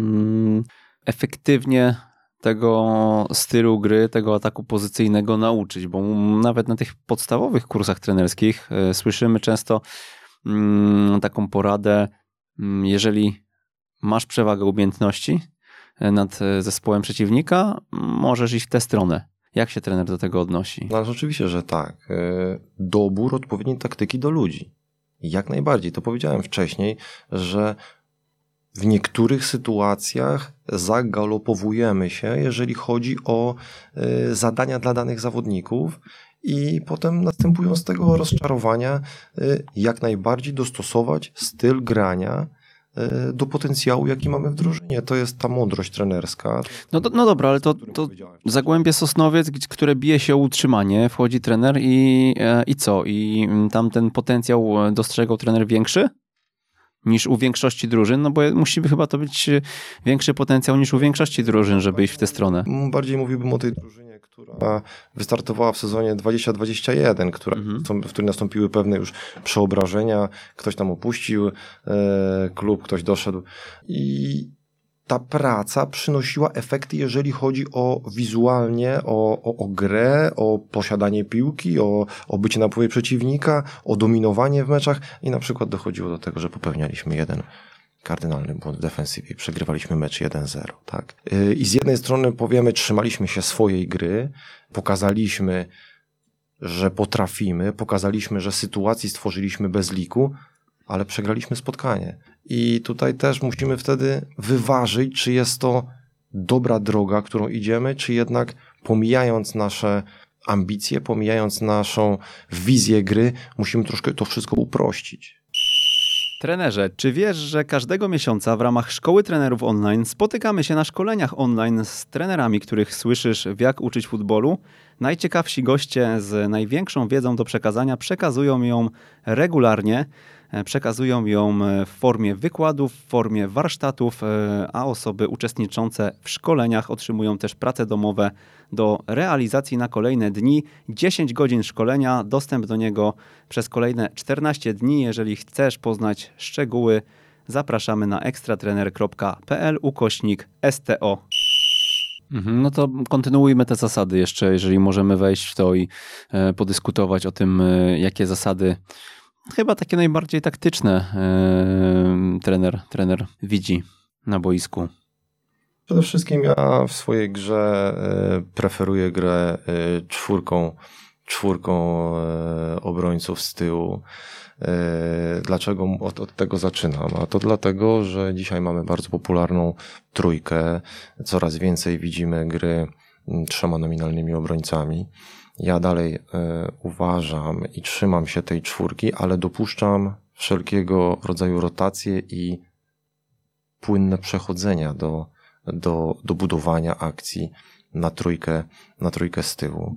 efektywnie tego stylu gry, tego ataku pozycyjnego nauczyć, bo nawet na tych podstawowych kursach trenerskich słyszymy często taką poradę, jeżeli masz przewagę umiejętności nad zespołem przeciwnika, możesz iść w tę stronę. Jak się trener do tego odnosi? No, oczywiście, że tak. Dobór odpowiedniej taktyki do ludzi. Jak najbardziej. To powiedziałem wcześniej, że w niektórych sytuacjach zagalopowujemy się, jeżeli chodzi o zadania dla danych zawodników i potem następują z tego rozczarowania jak najbardziej dostosować styl grania do potencjału, jaki mamy w drużynie. To jest ta mądrość trenerska. No dobra, ale to Zagłębie Sosnowiec, które bije się o utrzymanie, wchodzi trener i co? I tam ten potencjał dostrzegał trener większy niż u większości drużyn? No bo musi chyba to być większy potencjał niż u większości drużyn, żeby iść w tę stronę. Bardziej mówiłbym o tej drużynie, która wystartowała w sezonie 2021, w której nastąpiły pewne już przeobrażenia. Ktoś tam opuścił klub, ktoś doszedł i ta praca przynosiła efekty, jeżeli chodzi o wizualnie, o grę, o posiadanie piłki, o bycie na połowie przeciwnika, o dominowanie w meczach i na przykład dochodziło do tego, że popełnialiśmy jeden kardynalny błąd w defensywie i przegrywaliśmy mecz 1-0. Tak? I z jednej strony powiemy, trzymaliśmy się swojej gry, pokazaliśmy, że potrafimy, pokazaliśmy, że sytuacji stworzyliśmy bez liku, ale przegraliśmy spotkanie. I tutaj też musimy wtedy wyważyć, czy jest to dobra droga, którą idziemy, czy jednak pomijając nasze ambicje, pomijając naszą wizję gry, musimy troszkę to wszystko uprościć. Trenerze, czy wiesz, że każdego miesiąca w ramach Szkoły Trenerów Online spotykamy się na szkoleniach online z trenerami, których słyszysz w Jak uczyć futbolu? Najciekawsi goście z największą wiedzą do przekazania przekazują ją regularnie, przekazują ją w formie wykładów, w formie warsztatów, a osoby uczestniczące w szkoleniach otrzymują też prace domowe do realizacji na kolejne dni. 10 godzin szkolenia, dostęp do niego przez kolejne 14 dni. Jeżeli chcesz poznać szczegóły, zapraszamy na ekstratrener.pl/STO. No to kontynuujmy te zasady jeszcze, jeżeli możemy wejść w to i podyskutować o tym, jakie zasady, chyba takie najbardziej taktyczne, trener widzi na boisku. Przede wszystkim ja w swojej grze preferuję grę czwórką obrońców z tyłu. Dlaczego od tego zaczynam? A to dlatego, że dzisiaj mamy bardzo popularną trójkę. Coraz więcej widzimy gry 3 nominalnymi obrońcami. Ja dalej uważam i trzymam się tej czwórki, ale dopuszczam wszelkiego rodzaju rotacje i płynne przechodzenia do budowania akcji na trójkę z tyłu.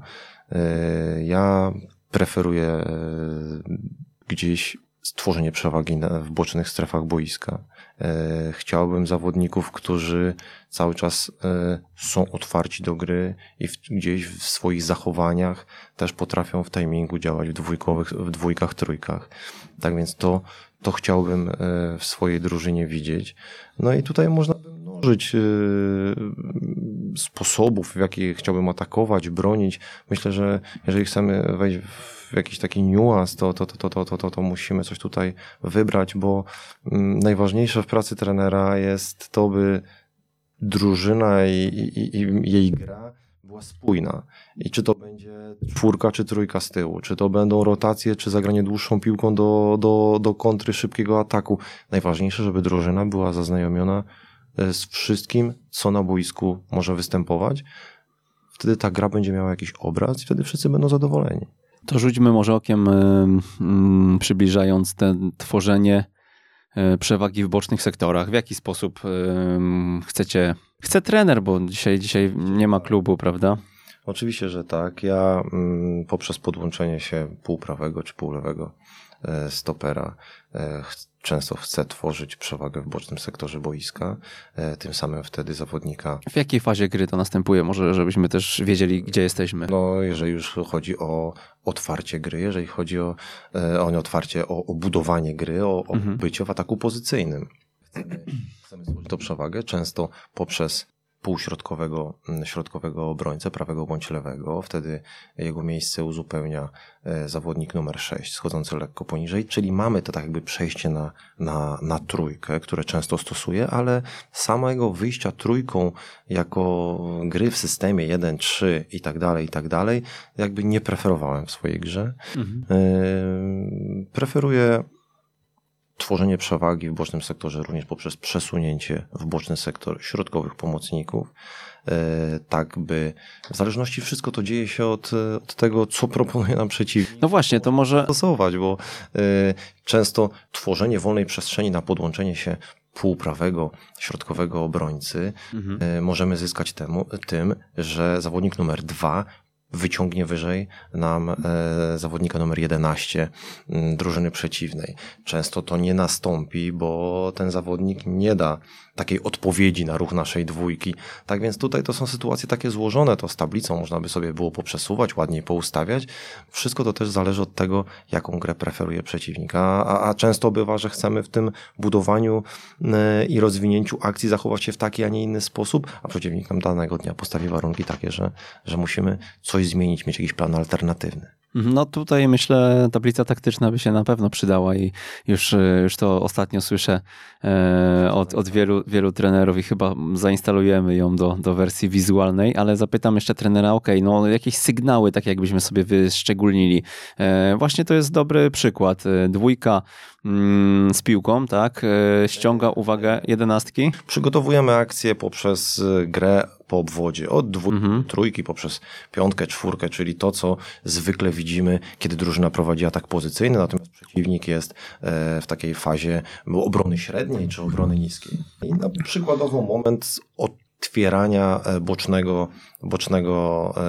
Ja preferuję gdzieś stworzenie przewagi w bocznych strefach boiska. Chciałbym zawodników, którzy cały czas są otwarci do gry i gdzieś w swoich zachowaniach też potrafią w timingu działać w dwójkach, trójkach. Tak więc to chciałbym w swojej drużynie widzieć. No i tutaj można by mnożyć sposobów, w jaki chciałbym atakować, bronić. Myślę, że jeżeli chcemy wejść w jakiś taki niuans, to musimy coś tutaj wybrać, bo najważniejsze w pracy trenera jest to, by drużyna i jej gra była spójna. I czy to będzie czwórka, czy trójka z tyłu, czy to będą rotacje, czy zagranie dłuższą piłką do kontry szybkiego ataku. Najważniejsze, żeby drużyna była zaznajomiona z wszystkim, co na boisku może występować. Wtedy ta gra będzie miała jakiś obraz i wtedy wszyscy będą zadowoleni. To rzućmy może okiem, przybliżając tworzenie przewagi w bocznych sektorach. W jaki sposób chce trener, bo dzisiaj nie ma klubu, prawda? Oczywiście, że tak. Ja poprzez podłączenie się półprawego czy półlewego stopera często chcę tworzyć przewagę w bocznym sektorze boiska, tym samym wtedy zawodnika. W jakiej fazie gry to następuje? Może żebyśmy też wiedzieli, gdzie jesteśmy. No, jeżeli już chodzi o otwarcie gry, jeżeli chodzi o otwarcie, o budowanie gry, o bycie w ataku pozycyjnym. Chcemy stworzyć tą przewagę często poprzez środkowego obrońcę, prawego bądź lewego. Wtedy jego miejsce uzupełnia zawodnik numer 6, schodzący lekko poniżej, czyli mamy to tak jakby przejście na trójkę, które często stosuję, ale samego wyjścia trójką jako gry w systemie 1-3 i tak dalej, jakby nie preferowałem w swojej grze. Preferuję tworzenie przewagi w bocznym sektorze również poprzez przesunięcie w boczny sektor środkowych pomocników, tak by w zależności wszystko to dzieje się od tego, co proponuje nam przeciwnik. No właśnie, to może stosować, bo często tworzenie wolnej przestrzeni na podłączenie się półprawego, środkowego obrońcy możemy zyskać tym, że zawodnik numer 2 wyciągnie wyżej nam zawodnika numer 11 drużyny przeciwnej. Często to nie nastąpi, bo ten zawodnik nie da takiej odpowiedzi na ruch naszej dwójki. Tak więc tutaj to są sytuacje takie złożone, to z tablicą można by sobie było poprzesuwać, ładniej poustawiać. Wszystko to też zależy od tego, jaką grę preferuje przeciwnik. A często bywa, że chcemy w tym budowaniu i rozwinięciu akcji zachować się w taki, a nie inny sposób, a przeciwnik nam danego dnia postawi warunki takie, że musimy coś zmienić, mieć jakiś plan alternatywny. No tutaj myślę, tablica taktyczna by się na pewno przydała i już to ostatnio słyszę od wielu trenerów i chyba zainstalujemy ją do wersji wizualnej, ale zapytam jeszcze trenera, no jakieś sygnały, tak jakbyśmy sobie wyszczególnili. Właśnie to jest dobry przykład. Dwójka z piłką, tak, ściąga uwagę 11. Przygotowujemy akcję poprzez grę po obwodzie, od trójki poprzez piątkę, czwórkę, czyli to, co zwykle widzimy, kiedy drużyna prowadzi atak pozycyjny, natomiast przeciwnik jest w takiej fazie obrony średniej czy obrony niskiej. I na przykładowo moment otwierania bocznego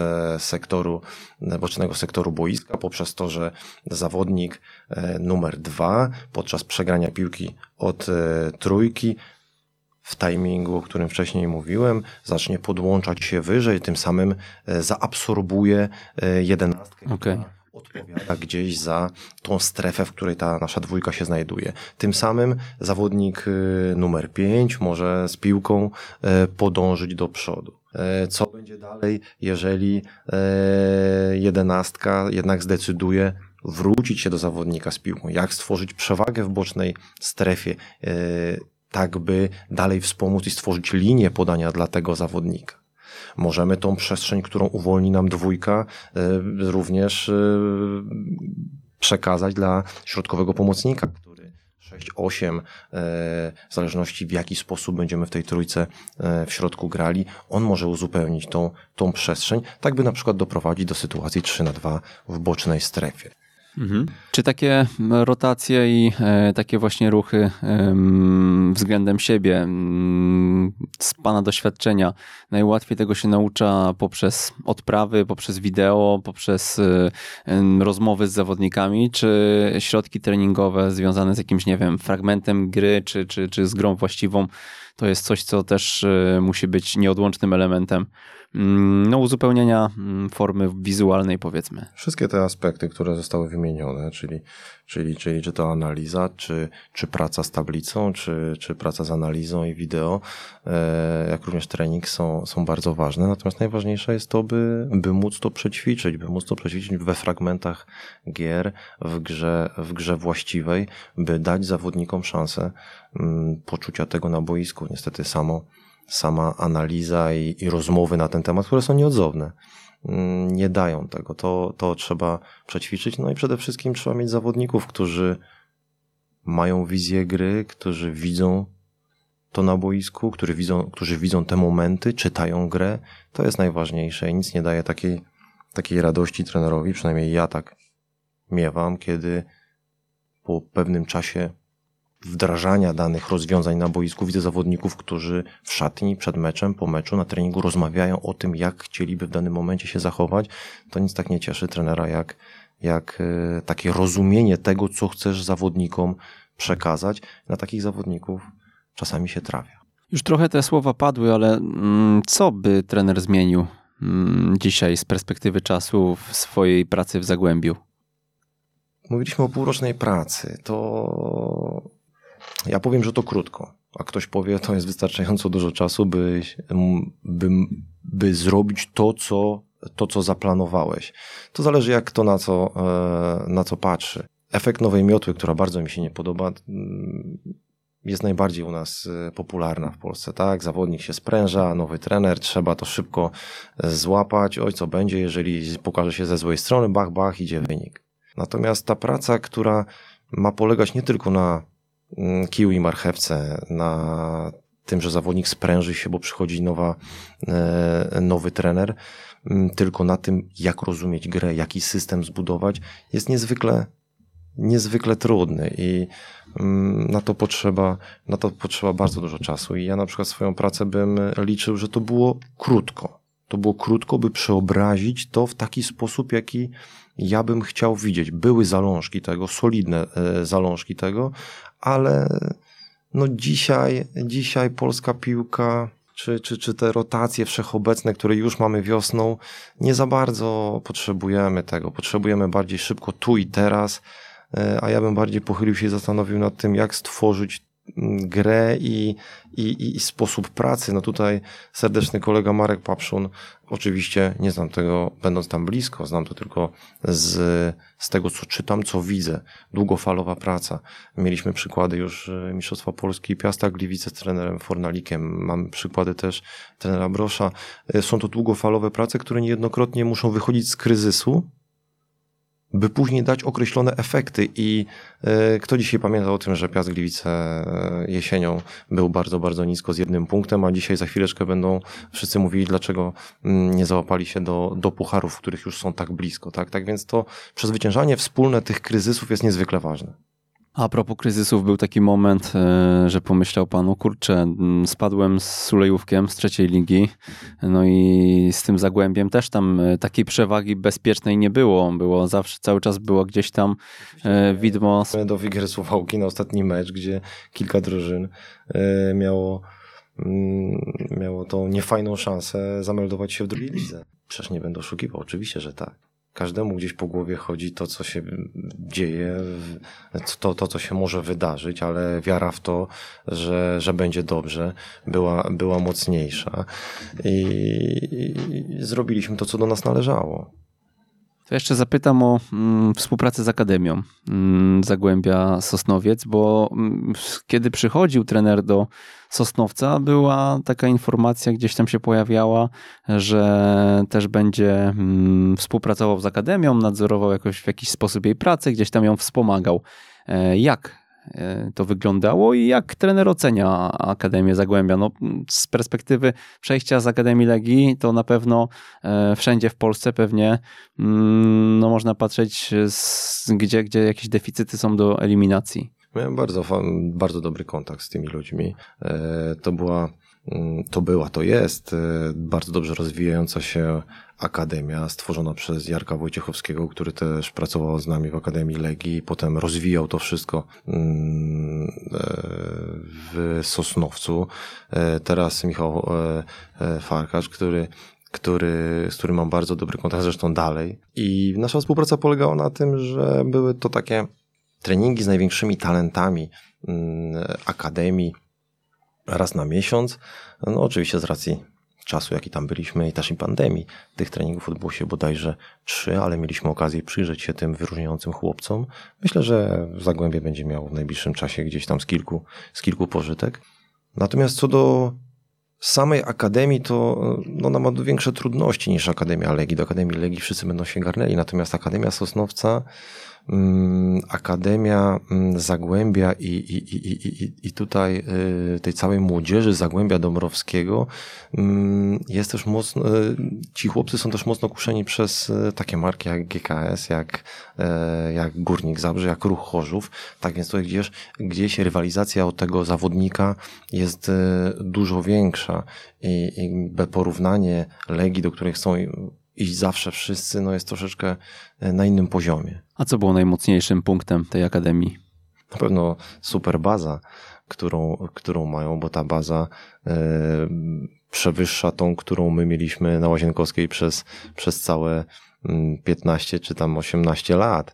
sektoru boiska poprzez to, że zawodnik numer 2 podczas przegrania piłki od trójki w timingu, o którym wcześniej mówiłem, zacznie podłączać się wyżej, tym samym zaabsorbuje 11, która odpowiada gdzieś za tą strefę, w której ta nasza dwójka się znajduje. Tym samym zawodnik numer 5 może z piłką podążyć do przodu. Co będzie dalej, jeżeli 11 jednak zdecyduje wrócić się do zawodnika z piłką? Jak stworzyć przewagę w bocznej strefie, tak by dalej wspomóc i stworzyć linię podania dla tego zawodnika? Możemy tą przestrzeń, którą uwolni nam dwójka, również przekazać dla środkowego pomocnika, który 6-8, w zależności w jaki sposób będziemy w tej trójce w środku grali, on może uzupełnić tą przestrzeń, tak by na przykład doprowadzić do sytuacji 3-2 w bocznej strefie. Czy takie rotacje i takie właśnie ruchy względem siebie z Pana doświadczenia najłatwiej tego się naucza poprzez odprawy, poprzez wideo, poprzez rozmowy z zawodnikami, czy środki treningowe związane z jakimś, nie wiem, fragmentem gry, czy z grą właściwą, to jest coś, co też musi być nieodłącznym elementem uzupełnienia formy wizualnej, powiedzmy. Wszystkie te aspekty, które zostały wymienione, czyli czy to analiza, czy praca z tablicą, czy praca z analizą i wideo, jak również trening są bardzo ważne. Natomiast najważniejsze jest to, by móc to przećwiczyć, we fragmentach gier, w grze właściwej, by dać zawodnikom szansę poczucia tego na boisku. Niestety sama analiza i rozmowy na ten temat, które są nieodzowne, nie dają tego. To trzeba przećwiczyć. No i przede wszystkim trzeba mieć zawodników, którzy mają wizję gry, którzy widzą to na boisku, którzy widzą te momenty, czytają grę. To jest najważniejsze i nic nie daje takiej radości trenerowi, przynajmniej ja tak miewam, kiedy po pewnym czasie wdrażania danych rozwiązań na boisku widzę zawodników, którzy w szatni, przed meczem, po meczu, na treningu rozmawiają o tym, jak chcieliby w danym momencie się zachować. To nic tak nie cieszy trenera, jak takie rozumienie tego, co chcesz zawodnikom przekazać. Na takich zawodników czasami się trafia. Już trochę te słowa padły, ale co by trener zmienił dzisiaj z perspektywy czasu w swojej pracy w Zagłębiu? Mówiliśmy o półrocznej pracy. To ja powiem, że to krótko, a ktoś powie, to jest wystarczająco dużo czasu, by zrobić to, co zaplanowałeś. To zależy, jak kto na co patrzy. Efekt nowej miotły, która bardzo mi się nie podoba, jest najbardziej u nas popularna w Polsce, tak? Zawodnik się spręża, nowy trener, trzeba to szybko złapać. Oj, co będzie, jeżeli pokaże się ze złej strony, bach, bach, idzie wynik. Natomiast ta praca, która ma polegać nie tylko na kiju i marchewce, na tym, że zawodnik spręży się, bo przychodzi nowy trener, tylko na tym, jak rozumieć grę, jaki system zbudować, jest niezwykle trudny i na to potrzeba bardzo dużo czasu. I ja na przykład swoją pracę bym liczył, że to było krótko. To było krótko, by przeobrazić to w taki sposób, jaki ja bym chciał widzieć. Były zalążki tego, solidne zalążki tego, ale no dzisiaj polska piłka, czy te rotacje wszechobecne, które już mamy wiosną, nie za bardzo potrzebujemy tego. Potrzebujemy bardziej szybko tu i teraz, a ja bym bardziej pochylił się i zastanowił nad tym, jak stworzyć grę i sposób pracy. No tutaj serdeczny kolega Marek Papszun, oczywiście nie znam tego będąc tam blisko, znam to tylko z tego, co czytam, co widzę. Długofalowa praca. Mieliśmy przykłady już Mistrzostwa Polski Piasta Gliwice z trenerem Fornalikiem. Mamy przykłady też trenera Brosza. Są to długofalowe prace, które niejednokrotnie muszą wychodzić z kryzysu, by później dać określone efekty i kto dzisiaj pamięta o tym, że Piast Gliwice jesienią był bardzo, bardzo nisko z 1 punktem, a dzisiaj za chwileczkę będą wszyscy mówili, dlaczego nie załapali się do pucharów, których już są tak blisko. Tak więc to przezwyciężanie wspólne tych kryzysów jest niezwykle ważne. A propos kryzysów, był taki moment, że pomyślał pan, o kurczę, spadłem z Sulejówkiem z 3. ligi, no i z tym Zagłębiem też tam takiej przewagi bezpiecznej nie było. Było zawsze, cały czas było gdzieś tam widmo. Do Wigier Suwałki na ostatni mecz, gdzie kilka drużyn miało tą niefajną szansę zameldować się w drugiej lidze. Przecież nie będę oszukiwał, oczywiście, że tak. Każdemu gdzieś po głowie chodzi to, co się dzieje, to co się może wydarzyć, ale wiara w to, że będzie dobrze, była mocniejsza i zrobiliśmy to, co do nas należało. To jeszcze zapytam o współpracę z Akademią Zagłębia Sosnowiec, bo kiedy przychodził trener do Sosnowca, była taka informacja, gdzieś tam się pojawiała, że też będzie współpracował z Akademią, nadzorował w jakiś sposób jej pracę, gdzieś tam ją wspomagał. Jak to wyglądało i jak trener ocenia Akademię Zagłębia? No, z perspektywy przejścia z Akademii Legii to na pewno wszędzie w Polsce pewnie no, można patrzeć gdzie jakieś deficyty są do eliminacji. Miałem bardzo dobry kontakt z tymi ludźmi. To jest bardzo dobrze rozwijająca się akademia stworzona przez Jarka Wojciechowskiego, który też pracował z nami w Akademii Legii i potem rozwijał to wszystko w Sosnowcu. Teraz Michał Farkacz, z którym mam bardzo dobry kontakt, zresztą dalej. I nasza współpraca polegała na tym, że były to takie treningi z największymi talentami akademii raz na miesiąc. No oczywiście z racji czasu, jaki tam byliśmy i też i pandemii. Tych treningów odbyło się bodajże 3, ale mieliśmy okazję przyjrzeć się tym wyróżniającym chłopcom. Myślę, że Zagłębie będzie miało w najbliższym czasie gdzieś tam z kilku pożytek. Natomiast co do samej Akademii, to ona ma większe trudności niż Akademia Legii. Do Akademii Legii wszyscy będą się garnęli, natomiast Akademia Sosnowca, Akademia Zagłębia i tutaj tej całej młodzieży Zagłębia Dąbrowskiego jest też mocno, ci chłopcy są też mocno kuszeni przez takie marki jak GKS, jak Górnik Zabrze, jak Ruch Chorzów. Tak więc tutaj gdzieś rywalizacja o tego zawodnika jest dużo większa i porównanie Legii, do której chcą iść zawsze wszyscy, no jest troszeczkę na innym poziomie. A co było najmocniejszym punktem tej akademii? Na pewno super baza, którą mają, bo ta baza przewyższa tą, którą my mieliśmy na Łazienkowskiej przez całe 15 czy tam 18 lat.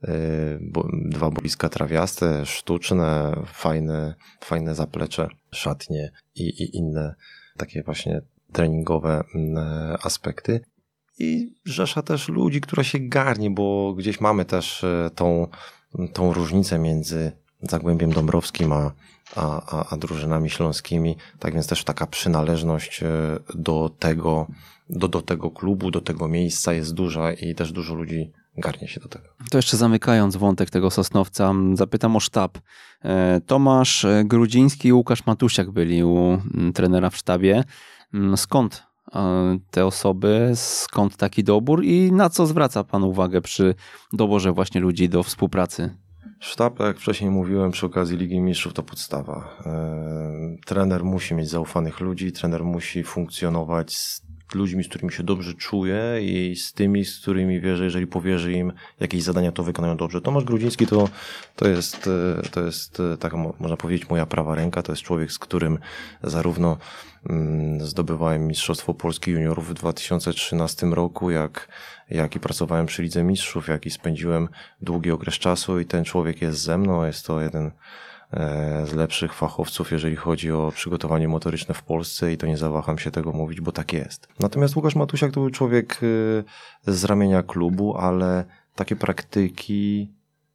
2 boiska trawiaste, sztuczne, fajne zaplecze, szatnie i inne takie właśnie treningowe aspekty. I rzesza też ludzi, która się garnie, bo gdzieś mamy też tą różnicę między Zagłębiem Dąbrowskim a drużynami śląskimi. Tak więc też taka przynależność do tego klubu, do tego miejsca jest duża i też dużo ludzi garnie się do tego. To jeszcze zamykając wątek tego Sosnowca, zapytam o sztab. Tomasz Grudziński i Łukasz Matusiak byli u trenera w sztabie. Skąd te osoby, skąd taki dobór i na co zwraca pan uwagę przy doborze właśnie ludzi do współpracy? Sztab, jak wcześniej mówiłem, przy okazji Ligi Mistrzów to podstawa. Trener musi mieć zaufanych ludzi, trener musi funkcjonować z ludźmi, z którymi się dobrze czuje i z tymi, z którymi wie, że jeżeli powierzy im jakieś zadania, to wykonają dobrze. Tomasz Grudziński to jest taka, można powiedzieć, moja prawa ręka. To jest człowiek, z którym zarówno zdobywałem Mistrzostwo Polski Juniorów w 2013 roku, jak i pracowałem przy Lidze Mistrzów, jak i spędziłem długi okres czasu i ten człowiek jest ze mną. Jest to jeden z lepszych fachowców, jeżeli chodzi o przygotowanie motoryczne w Polsce i to nie zawaham się tego mówić, bo tak jest. Natomiast Łukasz Matusiak to był człowiek z ramienia klubu, ale takie praktyki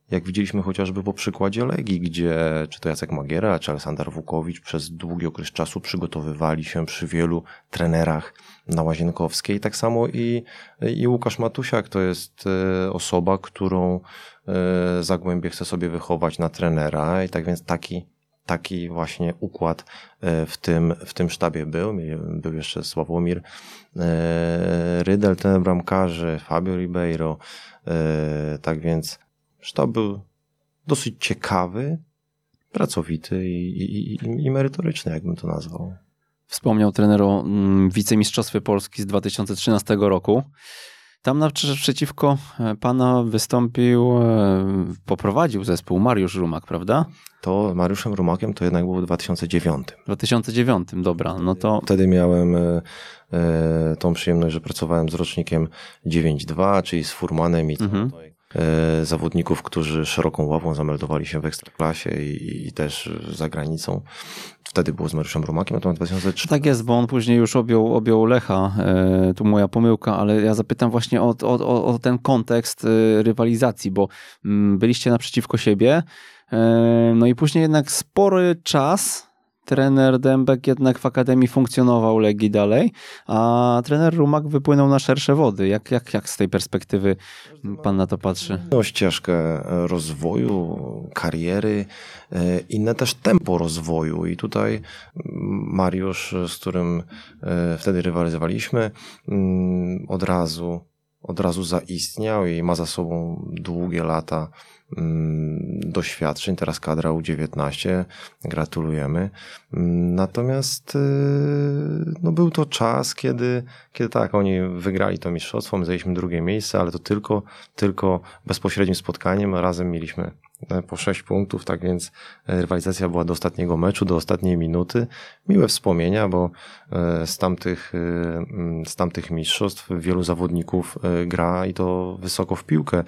jak widzieliśmy chociażby po przykładzie Legii, gdzie czy to Jacek Magiera, czy Aleksander Wukowicz przez długi okres czasu przygotowywali się przy wielu trenerach na Łazienkowskiej. Tak samo i Łukasz Matusiak to jest osoba, którą Zagłębie chce sobie wychować na trenera i tak więc taki właśnie układ w tym sztabie był. Był jeszcze Sławomir Rydel, ten bramkarzy, Fabio Ribeiro. Tak więc sztab był dosyć ciekawy, pracowity i merytoryczny, jakbym to nazwał. Wspomniał trener o wicemistrzostwie Polski z 2013 roku. Tam naprzeciwko pana poprowadził zespół Mariusz Rumak, prawda? To Mariuszem Rumakiem to jednak było w 2009. W 2009, dobra. No to... Wtedy miałem tą przyjemność, że pracowałem z rocznikiem 9-2, czyli z Furmanem i zawodników, którzy szeroką ławą zameldowali się w Ekstraklasie i też za granicą. Wtedy było z Mariuszem Rumakiem, a to 2003. Tak jest, bo on później już objął Lecha. Tu moja pomyłka, ale ja zapytam właśnie o ten kontekst rywalizacji, bo byliście naprzeciwko siebie, no i później jednak spory czas trener Dębek jednak w Akademii funkcjonował Legii dalej, a trener Rumak wypłynął na szersze wody. Jak z tej perspektywy pan na to patrzy? Ścieżkę rozwoju, kariery, inne też tempo rozwoju i tutaj Mariusz, z którym wtedy rywalizowaliśmy, od razu zaistniał i ma za sobą długie lata doświadczeń. Teraz kadra U19. Gratulujemy. Natomiast no był to czas, kiedy tak, oni wygrali to mistrzostwo, my zajęliśmy drugie miejsce, ale to tylko bezpośrednim spotkaniem. Razem mieliśmy po 6 punktów, tak więc rywalizacja była do ostatniego meczu, do ostatniej minuty. Miłe wspomnienia, bo z tamtych mistrzostw wielu zawodników gra i to wysoko w piłkę.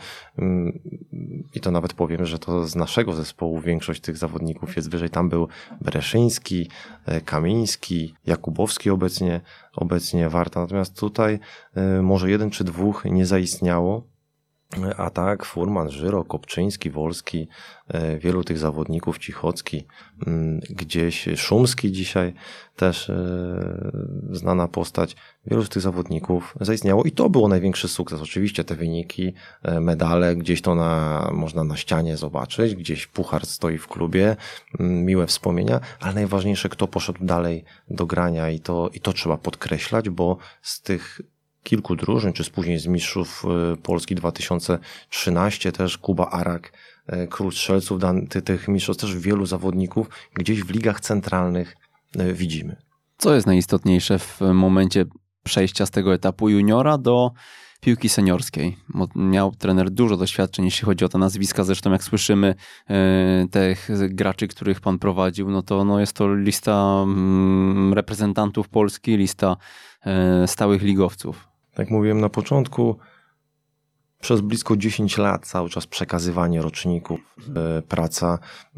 I to nawet powiem, że to z naszego zespołu większość tych zawodników jest wyżej. Tam był Bereszyński, Kamiński, Jakubowski obecnie Warta. Natomiast tutaj może 1 czy 2 nie zaistniało. A tak, Furman, Żyro, Kopczyński, Wolski, wielu tych zawodników, Cichocki, gdzieś Szumski dzisiaj też znana postać. Wielu z tych zawodników zaistniało i to było największy sukces. Oczywiście te wyniki, medale, gdzieś to można na ścianie zobaczyć, gdzieś puchar stoi w klubie, miłe wspomnienia, ale najważniejsze, kto poszedł dalej do grania i to trzeba podkreślać, bo z tych kilku drużyn, czy później z mistrzów Polski 2013 też Kuba Arak, król strzelców tych mistrzostw, też wielu zawodników gdzieś w ligach centralnych widzimy. Co jest najistotniejsze w momencie przejścia z tego etapu juniora do piłki seniorskiej? Bo miał trener dużo doświadczeń, jeśli chodzi o te nazwiska. Zresztą jak słyszymy tych graczy, których pan prowadził, no to jest to lista reprezentantów Polski, lista stałych ligowców. Jak mówiłem na początku, przez blisko 10 lat cały czas przekazywanie roczników, praca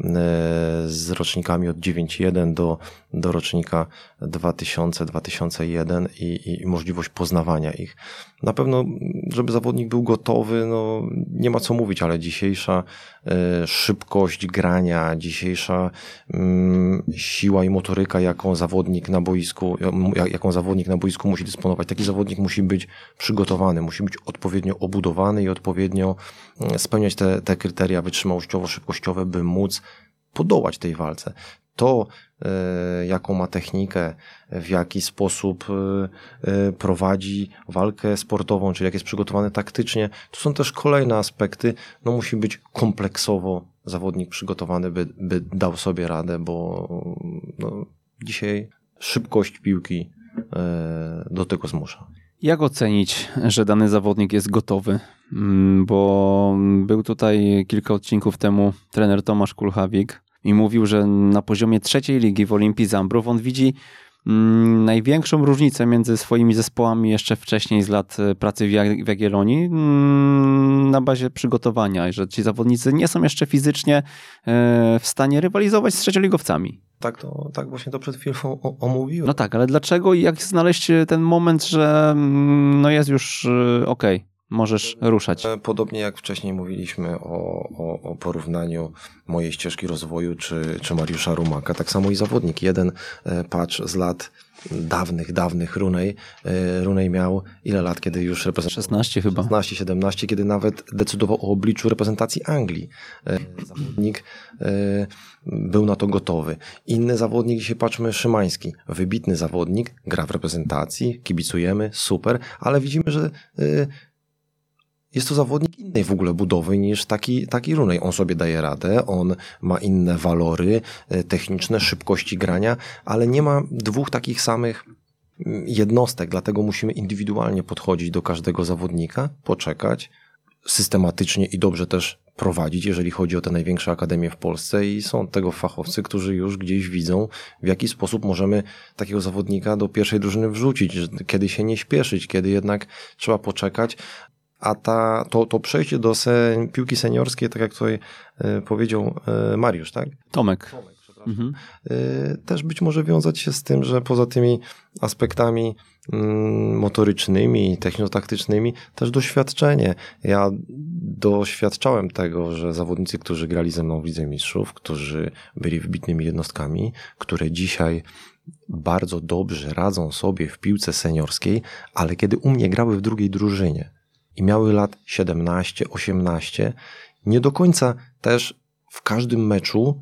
z rocznikami od 9.1 do rocznika 2000-2001 i możliwość poznawania ich. Na pewno, żeby zawodnik był gotowy, no nie ma co mówić, ale dzisiejsza szybkość grania, dzisiejsza siła i motoryka, jaką zawodnik na boisku musi dysponować. Taki zawodnik musi być przygotowany, musi być odpowiednio obudowany i odpowiednio spełniać te kryteria wytrzymałościowo-szybkościowe, by móc podołać tej walce. To, jaką ma technikę, w jaki sposób prowadzi walkę sportową, czyli jak jest przygotowany taktycznie, to są też kolejne aspekty. No musi być kompleksowo zawodnik przygotowany, by dał sobie radę, bo dzisiaj szybkość piłki do tego zmusza. Jak ocenić, że dany zawodnik jest gotowy? Bo był tutaj kilka odcinków temu trener Tomasz Kulchawik i mówił, że na poziomie 3. ligi w Olimpii Zambrów on widzi największą różnicę między swoimi zespołami jeszcze wcześniej z lat pracy w Jagiellonii na bazie przygotowania, że ci zawodnicy nie są jeszcze fizycznie w stanie rywalizować z trzecioligowcami. Tak właśnie to przed chwilą omówiłem. No tak, ale dlaczego i jak znaleźć ten moment, że jest już okej? możesz ruszać. Podobnie jak wcześniej mówiliśmy o porównaniu mojej ścieżki rozwoju czy Mariusza Rumaka, tak samo i zawodnik. Jeden patch z lat dawnych Runej miał ile lat, kiedy już reprezentował? 16 chyba. 16, 17, kiedy nawet decydował o obliczu reprezentacji Anglii. Zawodnik był na to gotowy. Inny zawodnik, dzisiaj patrzmy, Szymański. Wybitny zawodnik, gra w reprezentacji, kibicujemy, super, ale widzimy, że jest to zawodnik innej w ogóle budowy niż taki Runej. On sobie daje radę, on ma inne walory techniczne, szybkości grania, ale nie ma dwóch takich samych jednostek, dlatego musimy indywidualnie podchodzić do każdego zawodnika, poczekać, systematycznie i dobrze też prowadzić, jeżeli chodzi o te największe akademie w Polsce i są tego fachowcy, którzy już gdzieś widzą, w jaki sposób możemy takiego zawodnika do pierwszej drużyny wrzucić, kiedy się nie śpieszyć, kiedy jednak trzeba poczekać. A to przejście do piłki seniorskiej, tak jak tutaj powiedział Mariusz, tak? Tomek, przepraszam. Też być może wiązać się z tym, że poza tymi aspektami motorycznymi, techniotaktycznymi, też doświadczenie. Ja doświadczałem tego, że zawodnicy, którzy grali ze mną w Lidze Mistrzów, którzy byli wybitnymi jednostkami, które dzisiaj bardzo dobrze radzą sobie w piłce seniorskiej, ale kiedy u mnie grały w drugiej drużynie i miały lat 17, 18, nie do końca też w każdym meczu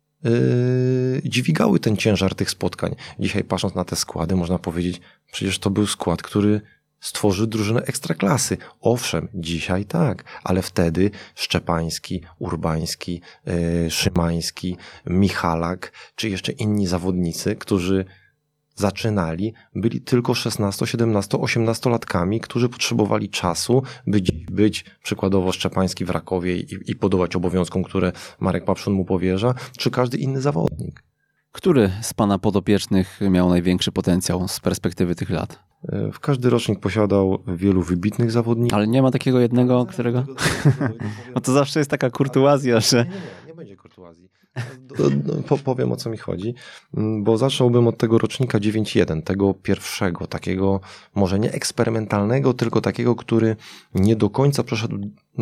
dźwigały ten ciężar tych spotkań. Dzisiaj patrząc na te składy, można powiedzieć, przecież to był skład, który stworzył drużynę ekstraklasy. Owszem, dzisiaj tak, ale wtedy Szczepański, Urbański, Szymański, Michalak, czy jeszcze inni zawodnicy, którzy zaczynali, byli tylko 16, 17, 18-latkami, którzy potrzebowali czasu, by być przykładowo Szczepański w Rakowie i podołać obowiązkom, które Marek Papszun mu powierza, czy każdy inny zawodnik. Który z pana podopiecznych miał największy potencjał z perspektywy tych lat? W każdy rocznik posiadał wielu wybitnych zawodników. Ale nie ma takiego jednego, którego... No to zawsze jest taka kurtuazja, że... Nie będzie kurtuazji. Powiem, o co mi chodzi, bo zacząłbym od tego rocznika 9-1, tego pierwszego, takiego może nie eksperymentalnego, tylko takiego, który nie do końca przeszedł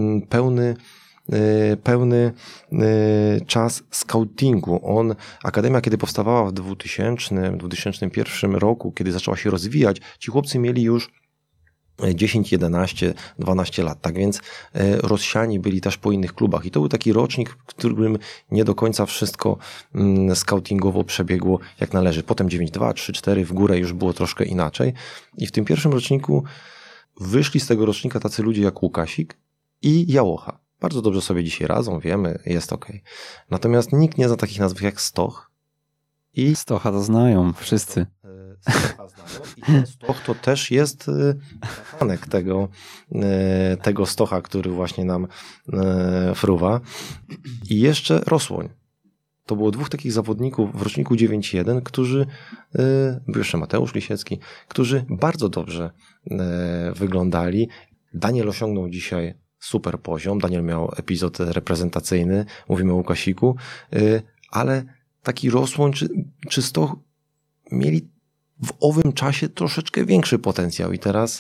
pełny czas scoutingu. Akademia, kiedy powstawała w 2001 roku, kiedy zaczęła się rozwijać, ci chłopcy mieli już 10, 11, 12 lat, tak więc rozsiani byli też po innych klubach i to był taki rocznik, w którym nie do końca wszystko scoutingowo przebiegło jak należy. Potem 9-2, 3-4 w górę już było troszkę inaczej i w tym pierwszym roczniku wyszli z tego rocznika tacy ludzie jak Łukasik i Jałocha. Bardzo dobrze sobie dzisiaj radzą, wiemy, jest okej. Natomiast nikt nie zna takich nazw jak Stoch. I Stocha to znają wszyscy. Stocha znają i ten Stoch to też jest fanek tego Stocha, który właśnie nam fruwa. I jeszcze Rosłoń. To było dwóch takich zawodników w roczniku 9-1, którzy, był jeszcze Mateusz Lisiecki, którzy bardzo dobrze wyglądali. Daniel osiągnął dzisiaj super poziom. Daniel miał epizod reprezentacyjny, mówimy o Łukasiku, ale taki Rosłoń czy Stoch mieli w owym czasie troszeczkę większy potencjał i teraz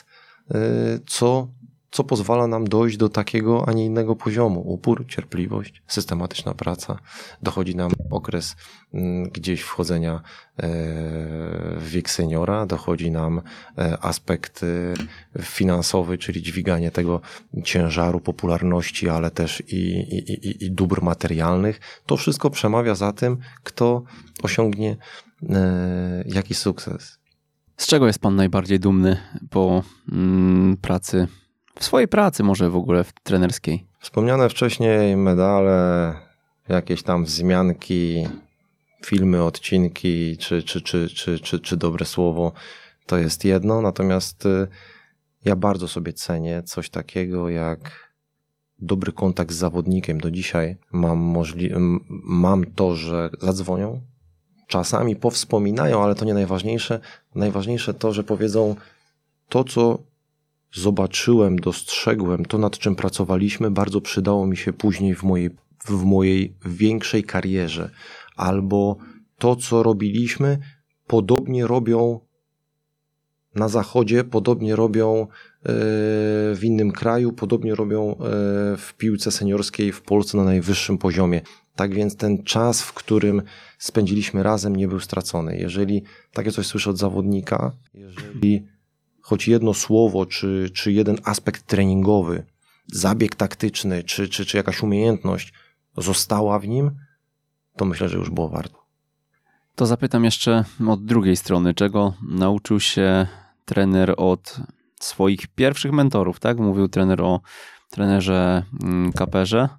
co pozwala nam dojść do takiego, a nie innego poziomu. Upór, cierpliwość, systematyczna praca. Dochodzi nam okres gdzieś wchodzenia w wiek seniora, dochodzi nam aspekt finansowy, czyli dźwiganie tego ciężaru popularności, ale też i dóbr materialnych. To wszystko przemawia za tym, kto osiągnie jaki sukces. Z czego jest pan najbardziej dumny po pracy? W swojej pracy może w ogóle trenerskiej. Wspomniane wcześniej medale, jakieś tam wzmianki, filmy, odcinki, czy dobre słowo, to jest jedno. Natomiast ja bardzo sobie cenię coś takiego jak dobry kontakt z zawodnikiem. Do dzisiaj mam to, że zadzwonią, czasami powspominają, ale to nie najważniejsze. Najważniejsze to, że powiedzą to, co zobaczyłem, dostrzegłem, to nad czym pracowaliśmy, bardzo przydało mi się później w mojej większej karierze. Albo to, co robiliśmy, podobnie robią na zachodzie, podobnie robią w innym kraju, podobnie robią w piłce seniorskiej w Polsce na najwyższym poziomie. Tak więc ten czas, w którym spędziliśmy razem, nie był stracony. Jeżeli takie coś słyszę od zawodnika, jeżeli choć jedno słowo, czy jeden aspekt treningowy, zabieg taktyczny, czy jakaś umiejętność została w nim, to myślę, że już było warto. To zapytam jeszcze od drugiej strony. Czego nauczył się trener od swoich pierwszych mentorów, tak? Mówił trener o trenerze Kaperze,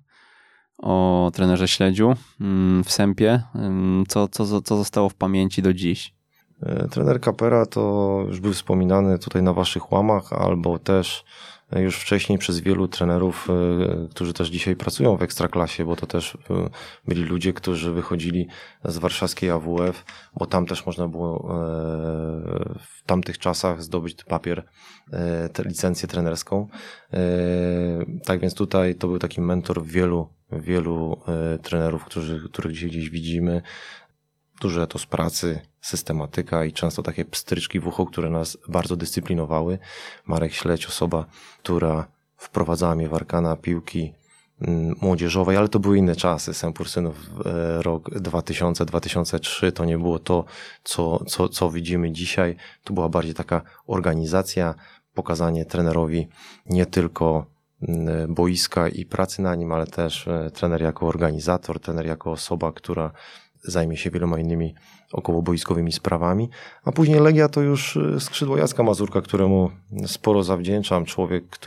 o trenerze Śledziu w Sępie. Co zostało w pamięci do dziś? Trener Kapera to już był wspominany tutaj na waszych łamach, albo też już wcześniej przez wielu trenerów, którzy też dzisiaj pracują w Ekstraklasie, bo to też byli ludzie, którzy wychodzili z warszawskiej AWF, bo tam też można było w tamtych czasach zdobyć papier, licencję trenerską. Tak więc tutaj to był taki mentor wielu trenerów, których dzisiaj gdzieś widzimy. Duży etos pracy, systematyka i często takie pstryczki w ucho, które nas bardzo dyscyplinowały. Marek Śledź, osoba, która wprowadzała mnie w arkana piłki młodzieżowej, ale to były inne czasy. Sęp Ursynów rok 2000-2003 to nie było to, co widzimy dzisiaj. Tu była bardziej taka organizacja, pokazanie trenerowi nie tylko boiska i pracy na nim, ale też trener jako organizator, trener jako osoba, która zajmie się wieloma innymi okołoboiskowymi sprawami, a później Legia to już skrzydło Jacka Mazurka, któremu sporo zawdzięczam. Człowiek,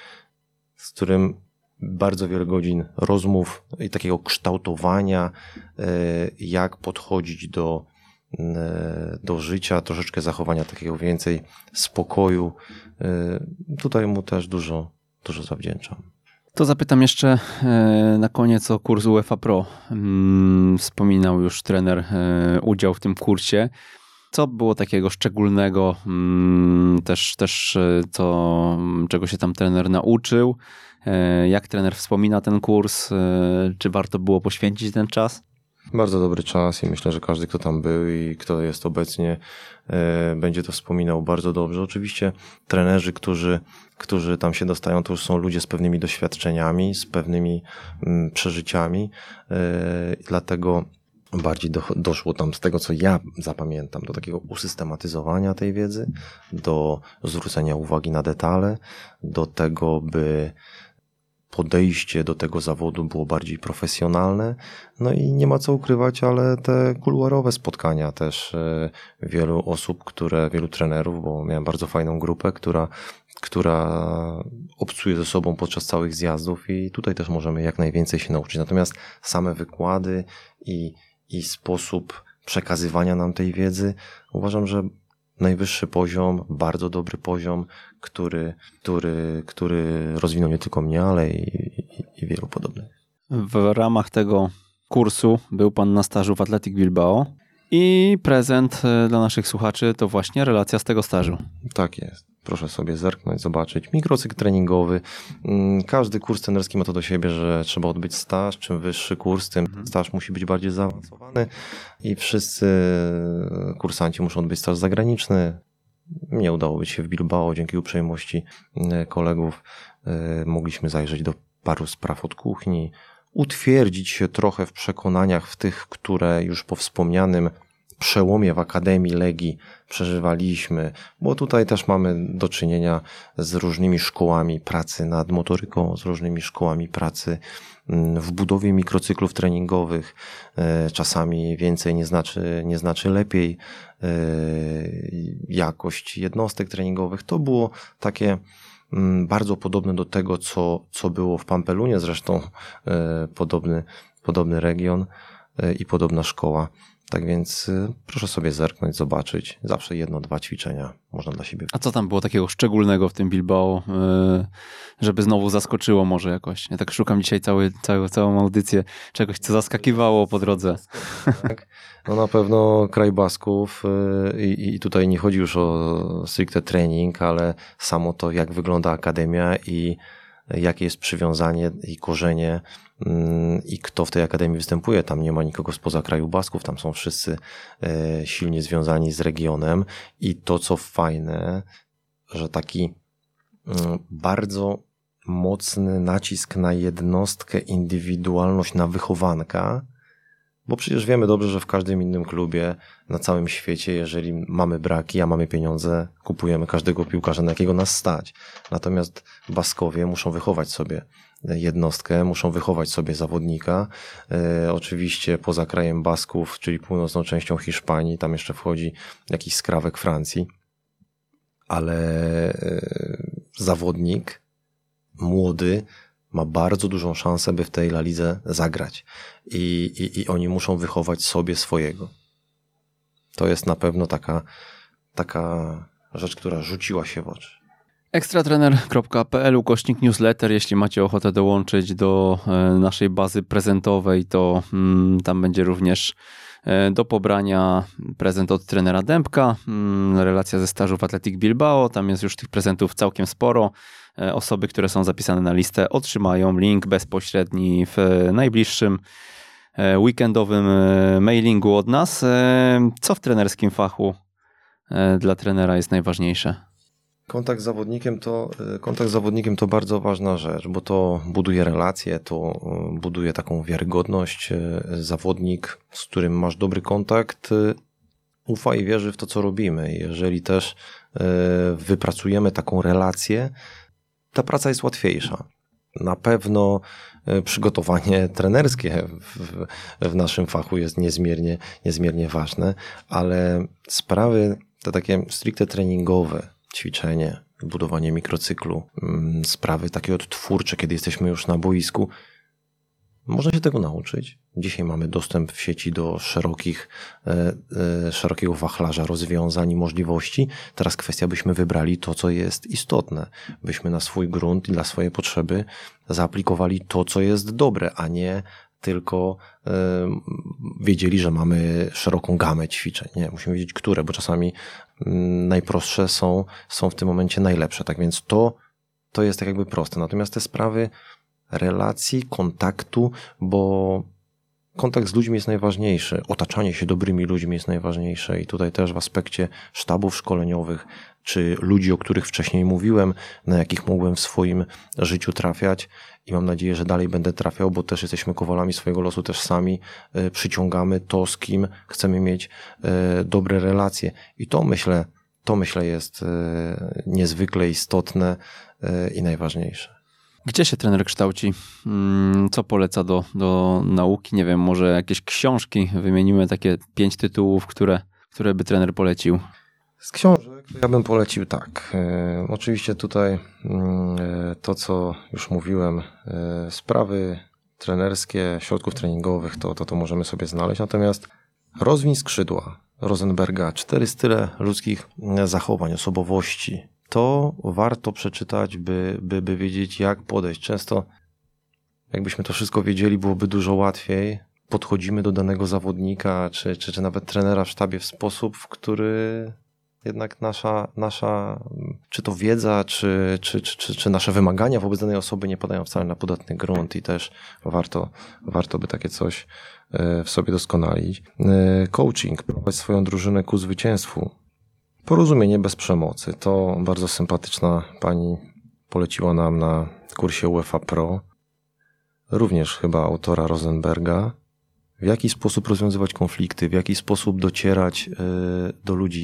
z którym bardzo wiele godzin rozmów i takiego kształtowania, jak podchodzić do życia, troszeczkę zachowania takiego więcej spokoju. Tutaj mu też dużo zawdzięczam. To zapytam jeszcze na koniec o kurs UEFA Pro. Wspominał już trener udział w tym kursie. Co było takiego szczególnego, też czego się tam trener nauczył? Jak trener wspomina ten kurs? Czy warto było poświęcić ten czas? Bardzo dobry czas i myślę, że każdy, kto tam był i kto jest obecnie, będzie to wspominał bardzo dobrze. Oczywiście trenerzy, którzy tam się dostają, to już są ludzie z pewnymi doświadczeniami, z pewnymi przeżyciami, dlatego bardziej doszło tam z tego, co ja zapamiętam, do takiego usystematyzowania tej wiedzy, do zwrócenia uwagi na detale, do tego, by podejście do tego zawodu było bardziej profesjonalne. No i nie ma co ukrywać, ale te kuluarowe spotkania też wielu osób, wielu trenerów, bo miałem bardzo fajną grupę, która obcuje ze sobą podczas całych zjazdów i tutaj też możemy jak najwięcej się nauczyć. Natomiast same wykłady i sposób przekazywania nam tej wiedzy, uważam, że najwyższy poziom, bardzo dobry poziom, który rozwinął nie tylko mnie, ale i wielu podobnych. W ramach tego kursu był pan na stażu w Athletic Bilbao i prezent dla naszych słuchaczy to właśnie relacja z tego stażu. Tak jest. Proszę sobie zerknąć, zobaczyć. Mikrocykl treningowy. Każdy kurs trenerski ma to do siebie, że trzeba odbyć staż. Czym wyższy kurs, tym staż musi być bardziej zaawansowany i wszyscy kursanci muszą odbyć staż zagraniczny. Mnie udało być się w Bilbao. Dzięki uprzejmości kolegów mogliśmy zajrzeć do paru spraw od kuchni, utwierdzić się trochę w przekonaniach w tych, które już po wspomnianym przełomie w Akademii Legii przeżywaliśmy, bo tutaj też mamy do czynienia z różnymi szkołami pracy nad motoryką, z różnymi szkołami pracy w budowie mikrocyklów treningowych. Czasami więcej nie znaczy lepiej. Jakość jednostek treningowych to było takie bardzo podobne do tego, co było w Pampelunie, zresztą podobny region i podobna szkoła. Tak więc proszę sobie zerknąć, zobaczyć. Zawsze 1-2 ćwiczenia można dla siebie. A co tam było takiego szczególnego w tym Bilbao, żeby znowu zaskoczyło może jakoś? Ja tak szukam dzisiaj całą audycję czegoś, co zaskakiwało po drodze. Tak. No na pewno kraj Basków i tutaj nie chodzi już o stricte trening, ale samo to, jak wygląda akademia i jakie jest przywiązanie i korzenie i kto w tej akademii występuje. Tam nie ma nikogo spoza kraju Basków, tam są wszyscy silnie związani z regionem i to, co fajne, że taki bardzo mocny nacisk na jednostkę, indywidualność, na wychowanka, bo przecież wiemy dobrze, że w każdym innym klubie na całym świecie, jeżeli mamy braki, a mamy pieniądze, kupujemy każdego piłkarza, na jakiego nas stać. Natomiast Baskowie muszą wychować sobie jednostkę, muszą wychować sobie zawodnika. Oczywiście poza krajem Basków, czyli północną częścią Hiszpanii, tam jeszcze wchodzi jakiś skrawek Francji, ale zawodnik młody ma bardzo dużą szansę, by w tej La Lidze zagrać. I oni muszą wychować sobie swojego. To jest na pewno taka rzecz, która rzuciła się w oczy. Ekstratrener.pl/newsletter. Jeśli macie ochotę dołączyć do naszej bazy prezentowej, to tam będzie również do pobrania prezent od trenera Dębka, relacja ze stażu w Athletic Bilbao. Tam jest już tych prezentów całkiem sporo. Osoby, które są zapisane na listę, otrzymają link bezpośredni w najbliższym weekendowym mailingu od nas. Co w trenerskim fachu dla trenera jest najważniejsze? Kontakt z zawodnikiem to bardzo ważna rzecz, bo to buduje relacje, to buduje taką wiarygodność. Zawodnik, z którym masz dobry kontakt, ufa i wierzy w to, co robimy. Jeżeli też wypracujemy taką relację, ta praca jest łatwiejsza. Na pewno przygotowanie trenerskie w naszym fachu jest niezmiernie ważne, ale sprawy te takie stricte treningowe, ćwiczenie, budowanie mikrocyklu, sprawy takie odtwórcze, kiedy jesteśmy już na boisku, można się tego nauczyć. Dzisiaj mamy dostęp w sieci do szerokiego wachlarza rozwiązań i możliwości. Teraz kwestia, byśmy wybrali to, co jest istotne. Byśmy na swój grunt i dla swojej potrzeby zaaplikowali to, co jest dobre, a nie tylko wiedzieli, że mamy szeroką gamę ćwiczeń. Nie, musimy wiedzieć, które, bo czasami najprostsze są w tym momencie najlepsze. Tak więc to jest tak jakby proste. Natomiast te sprawy relacji, kontaktu, bo kontakt z ludźmi jest najważniejszy, otaczanie się dobrymi ludźmi jest najważniejsze i tutaj też w aspekcie sztabów szkoleniowych, czy ludzi, o których wcześniej mówiłem, na jakich mogłem w swoim życiu trafiać i mam nadzieję, że dalej będę trafiał, bo też jesteśmy kowalami swojego losu, też sami przyciągamy to, z kim chcemy mieć dobre relacje i to myślę jest niezwykle istotne i najważniejsze. Gdzie się trener kształci? Co poleca do nauki? Nie wiem, może jakieś książki? Wymienimy takie 5 tytułów, które by trener polecił. Z książek ja bym polecił tak. Oczywiście tutaj to, co już mówiłem, sprawy trenerskie, środków treningowych, to możemy sobie znaleźć. Natomiast rozwiń skrzydła Rosenberga, 4 style ludzkich zachowań, osobowości. To warto przeczytać, by wiedzieć, jak podejść. Często, jakbyśmy to wszystko wiedzieli, byłoby dużo łatwiej. Podchodzimy do danego zawodnika, czy nawet trenera w sztabie w sposób, w który jednak nasza czy to wiedza, czy nasze wymagania wobec danej osoby nie padają wcale na podatny grunt i też warto by takie coś w sobie doskonalić. Coaching, prowadź swoją drużynę ku zwycięstwu. Porozumienie bez przemocy. To bardzo sympatyczna pani poleciła nam na kursie UEFA Pro. Również chyba autora Rosenberga. W jaki sposób rozwiązywać konflikty, w jaki sposób docierać do ludzi,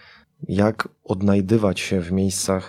jak odnajdywać się w miejscach,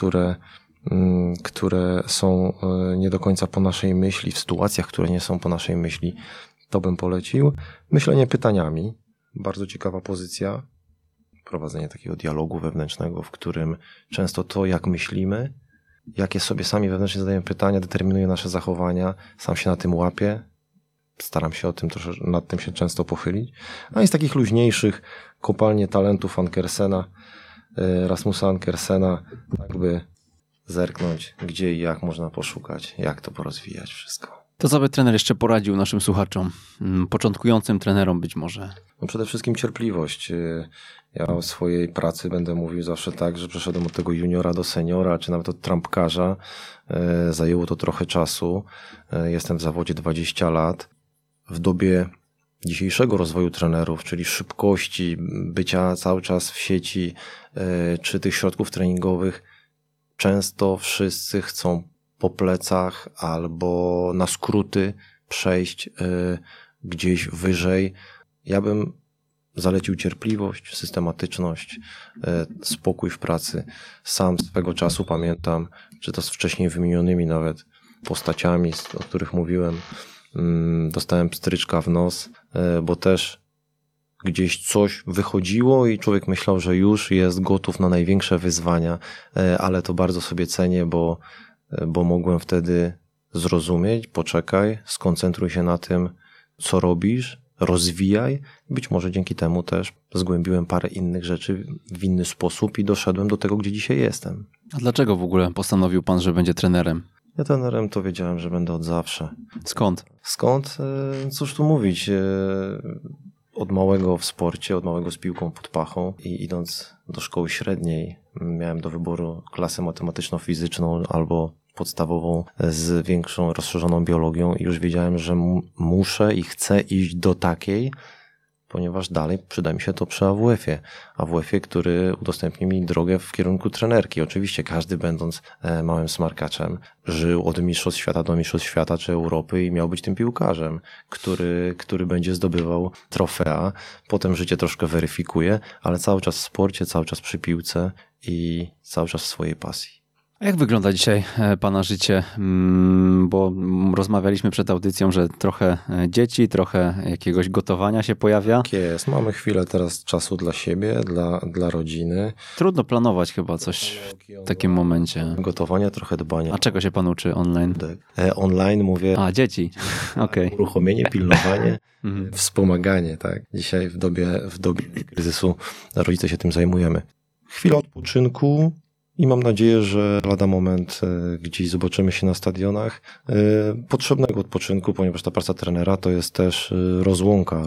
które są nie do końca po naszej myśli, w sytuacjach, które nie są po naszej myśli. To bym polecił. Myślenie pytaniami. Bardzo ciekawa pozycja. Prowadzenie takiego dialogu wewnętrznego, w którym często to, jak myślimy, jakie sobie sami wewnętrznie zadajemy pytania, determinuje nasze zachowania, sam się na tym łapię, staram się nad tym się często pochylić. A i z takich luźniejszych, kopalnie talentów Rasmusa Ankersena, tak by zerknąć, gdzie i jak można poszukać, jak to porozwijać wszystko. To co by trener jeszcze poradził naszym słuchaczom, początkującym trenerom być może? No przede wszystkim cierpliwość. Ja o swojej pracy będę mówił zawsze tak, że przeszedłem od tego juniora do seniora, czy nawet od trampkarza. Zajęło to trochę czasu. Jestem w zawodzie 20 lat. W dobie dzisiejszego rozwoju trenerów, czyli szybkości, bycia cały czas w sieci, czy tych środków treningowych, często wszyscy chcą po plecach albo na skróty przejść gdzieś wyżej. Ja bym zalecił cierpliwość, systematyczność, spokój w pracy. Sam swego czasu pamiętam, czy to z wcześniej wymienionymi nawet postaciami, o których mówiłem, dostałem pstryczka w nos, bo też gdzieś coś wychodziło i człowiek myślał, że już jest gotów na największe wyzwania, ale to bardzo sobie cenię, bo mogłem wtedy zrozumieć, poczekaj, skoncentruj się na tym, co robisz, rozwijaj. Być może dzięki temu też zgłębiłem parę innych rzeczy w inny sposób i doszedłem do tego, gdzie dzisiaj jestem. A dlaczego w ogóle postanowił pan, że będzie trenerem? Ja trenerem to wiedziałem, że będę od zawsze. Skąd? Skąd? Cóż tu mówić? Od małego w sporcie, od małego z piłką pod pachą i idąc do szkoły średniej miałem do wyboru klasę matematyczno-fizyczną albo podstawową z większą, rozszerzoną biologią i już wiedziałem, że muszę i chcę iść do takiej, ponieważ dalej przyda mi się to przy AWF-ie. AWF-ie, który udostępni mi drogę w kierunku trenerki. Oczywiście każdy, będąc małym smarkaczem, żył od mistrzostw świata do mistrzostw świata czy Europy i miał być tym piłkarzem, który będzie zdobywał trofea. Potem życie troszkę weryfikuje, ale cały czas w sporcie, cały czas przy piłce i cały czas w swojej pasji. A jak wygląda dzisiaj pana życie? Bo rozmawialiśmy przed audycją, że trochę dzieci, trochę jakiegoś gotowania się pojawia. Tak jest. Mamy chwilę teraz czasu dla siebie, dla rodziny. Trudno planować chyba coś w takim momencie. Gotowania, trochę dbania. A czego się pan uczy online? Online mówię. A, dzieci. Okej. Uruchomienie, pilnowanie, wspomaganie, tak. Dzisiaj w dobie kryzysu rodzice się tym zajmujemy. Chwila odpoczynku. I mam nadzieję, że lada moment gdzieś zobaczymy się na stadionach. Potrzebnego odpoczynku, ponieważ ta praca trenera to jest też rozłąka,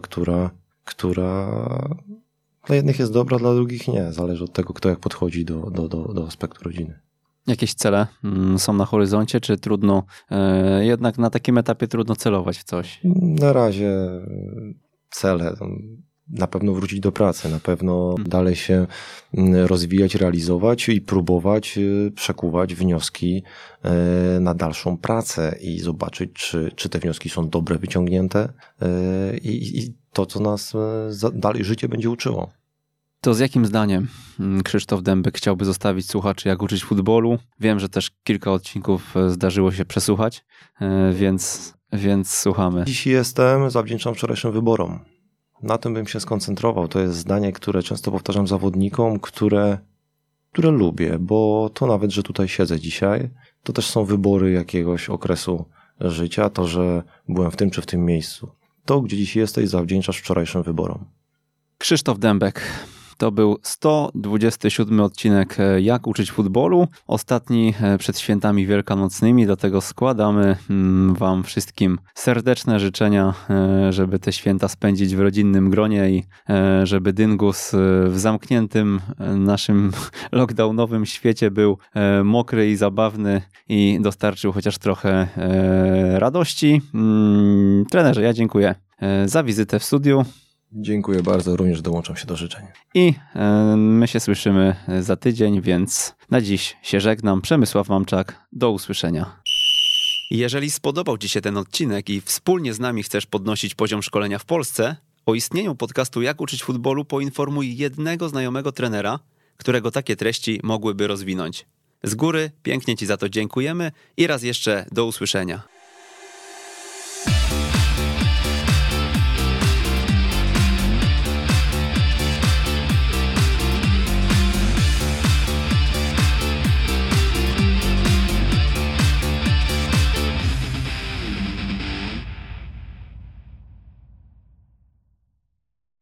która dla jednych jest dobra, dla drugich nie. Zależy od tego, kto jak podchodzi do aspektu rodziny. Jakieś cele są na horyzoncie, czy trudno, jednak na takim etapie trudno celować w coś? Na razie cele. Na pewno wrócić do pracy, na pewno dalej się rozwijać, realizować i próbować przekuwać wnioski na dalszą pracę i zobaczyć, czy te wnioski są dobre, wyciągnięte i to, co nas dalej życie będzie uczyło. To z jakim zdaniem Krzysztof Dębek chciałby zostawić słuchaczy, jak uczyć futbolu? Wiem, że też kilka odcinków zdarzyło się przesłuchać, więc słuchamy. Dziś zawdzięczam wczorajszym wyborom. Na tym bym się skoncentrował. To jest zdanie, które często powtarzam zawodnikom, które lubię, bo to nawet, że tutaj siedzę dzisiaj, to też są wybory jakiegoś okresu życia, to, że byłem w tym czy w tym miejscu. To, gdzie dziś jesteś, zawdzięczasz wczorajszym wyborom. Krzysztof Dębek. To był 127 odcinek Jak uczyć futbolu. Ostatni przed świętami wielkanocnymi, dlatego składamy wam wszystkim serdeczne życzenia, żeby te święta spędzić w rodzinnym gronie i żeby dyngus w zamkniętym naszym lockdownowym świecie był mokry i zabawny i dostarczył chociaż trochę radości. Trenerze, ja dziękuję za wizytę w studiu. Dziękuję bardzo, również dołączam się do życzeń. I my się słyszymy za tydzień, więc na dziś się żegnam. Przemysław Mamczak, do usłyszenia. Jeżeli spodobał Ci się ten odcinek i wspólnie z nami chcesz podnosić poziom szkolenia w Polsce, o istnieniu podcastu Jak uczyć futbolu poinformuj jednego znajomego trenera, którego takie treści mogłyby rozwinąć. Z góry pięknie Ci za to dziękujemy i raz jeszcze do usłyszenia.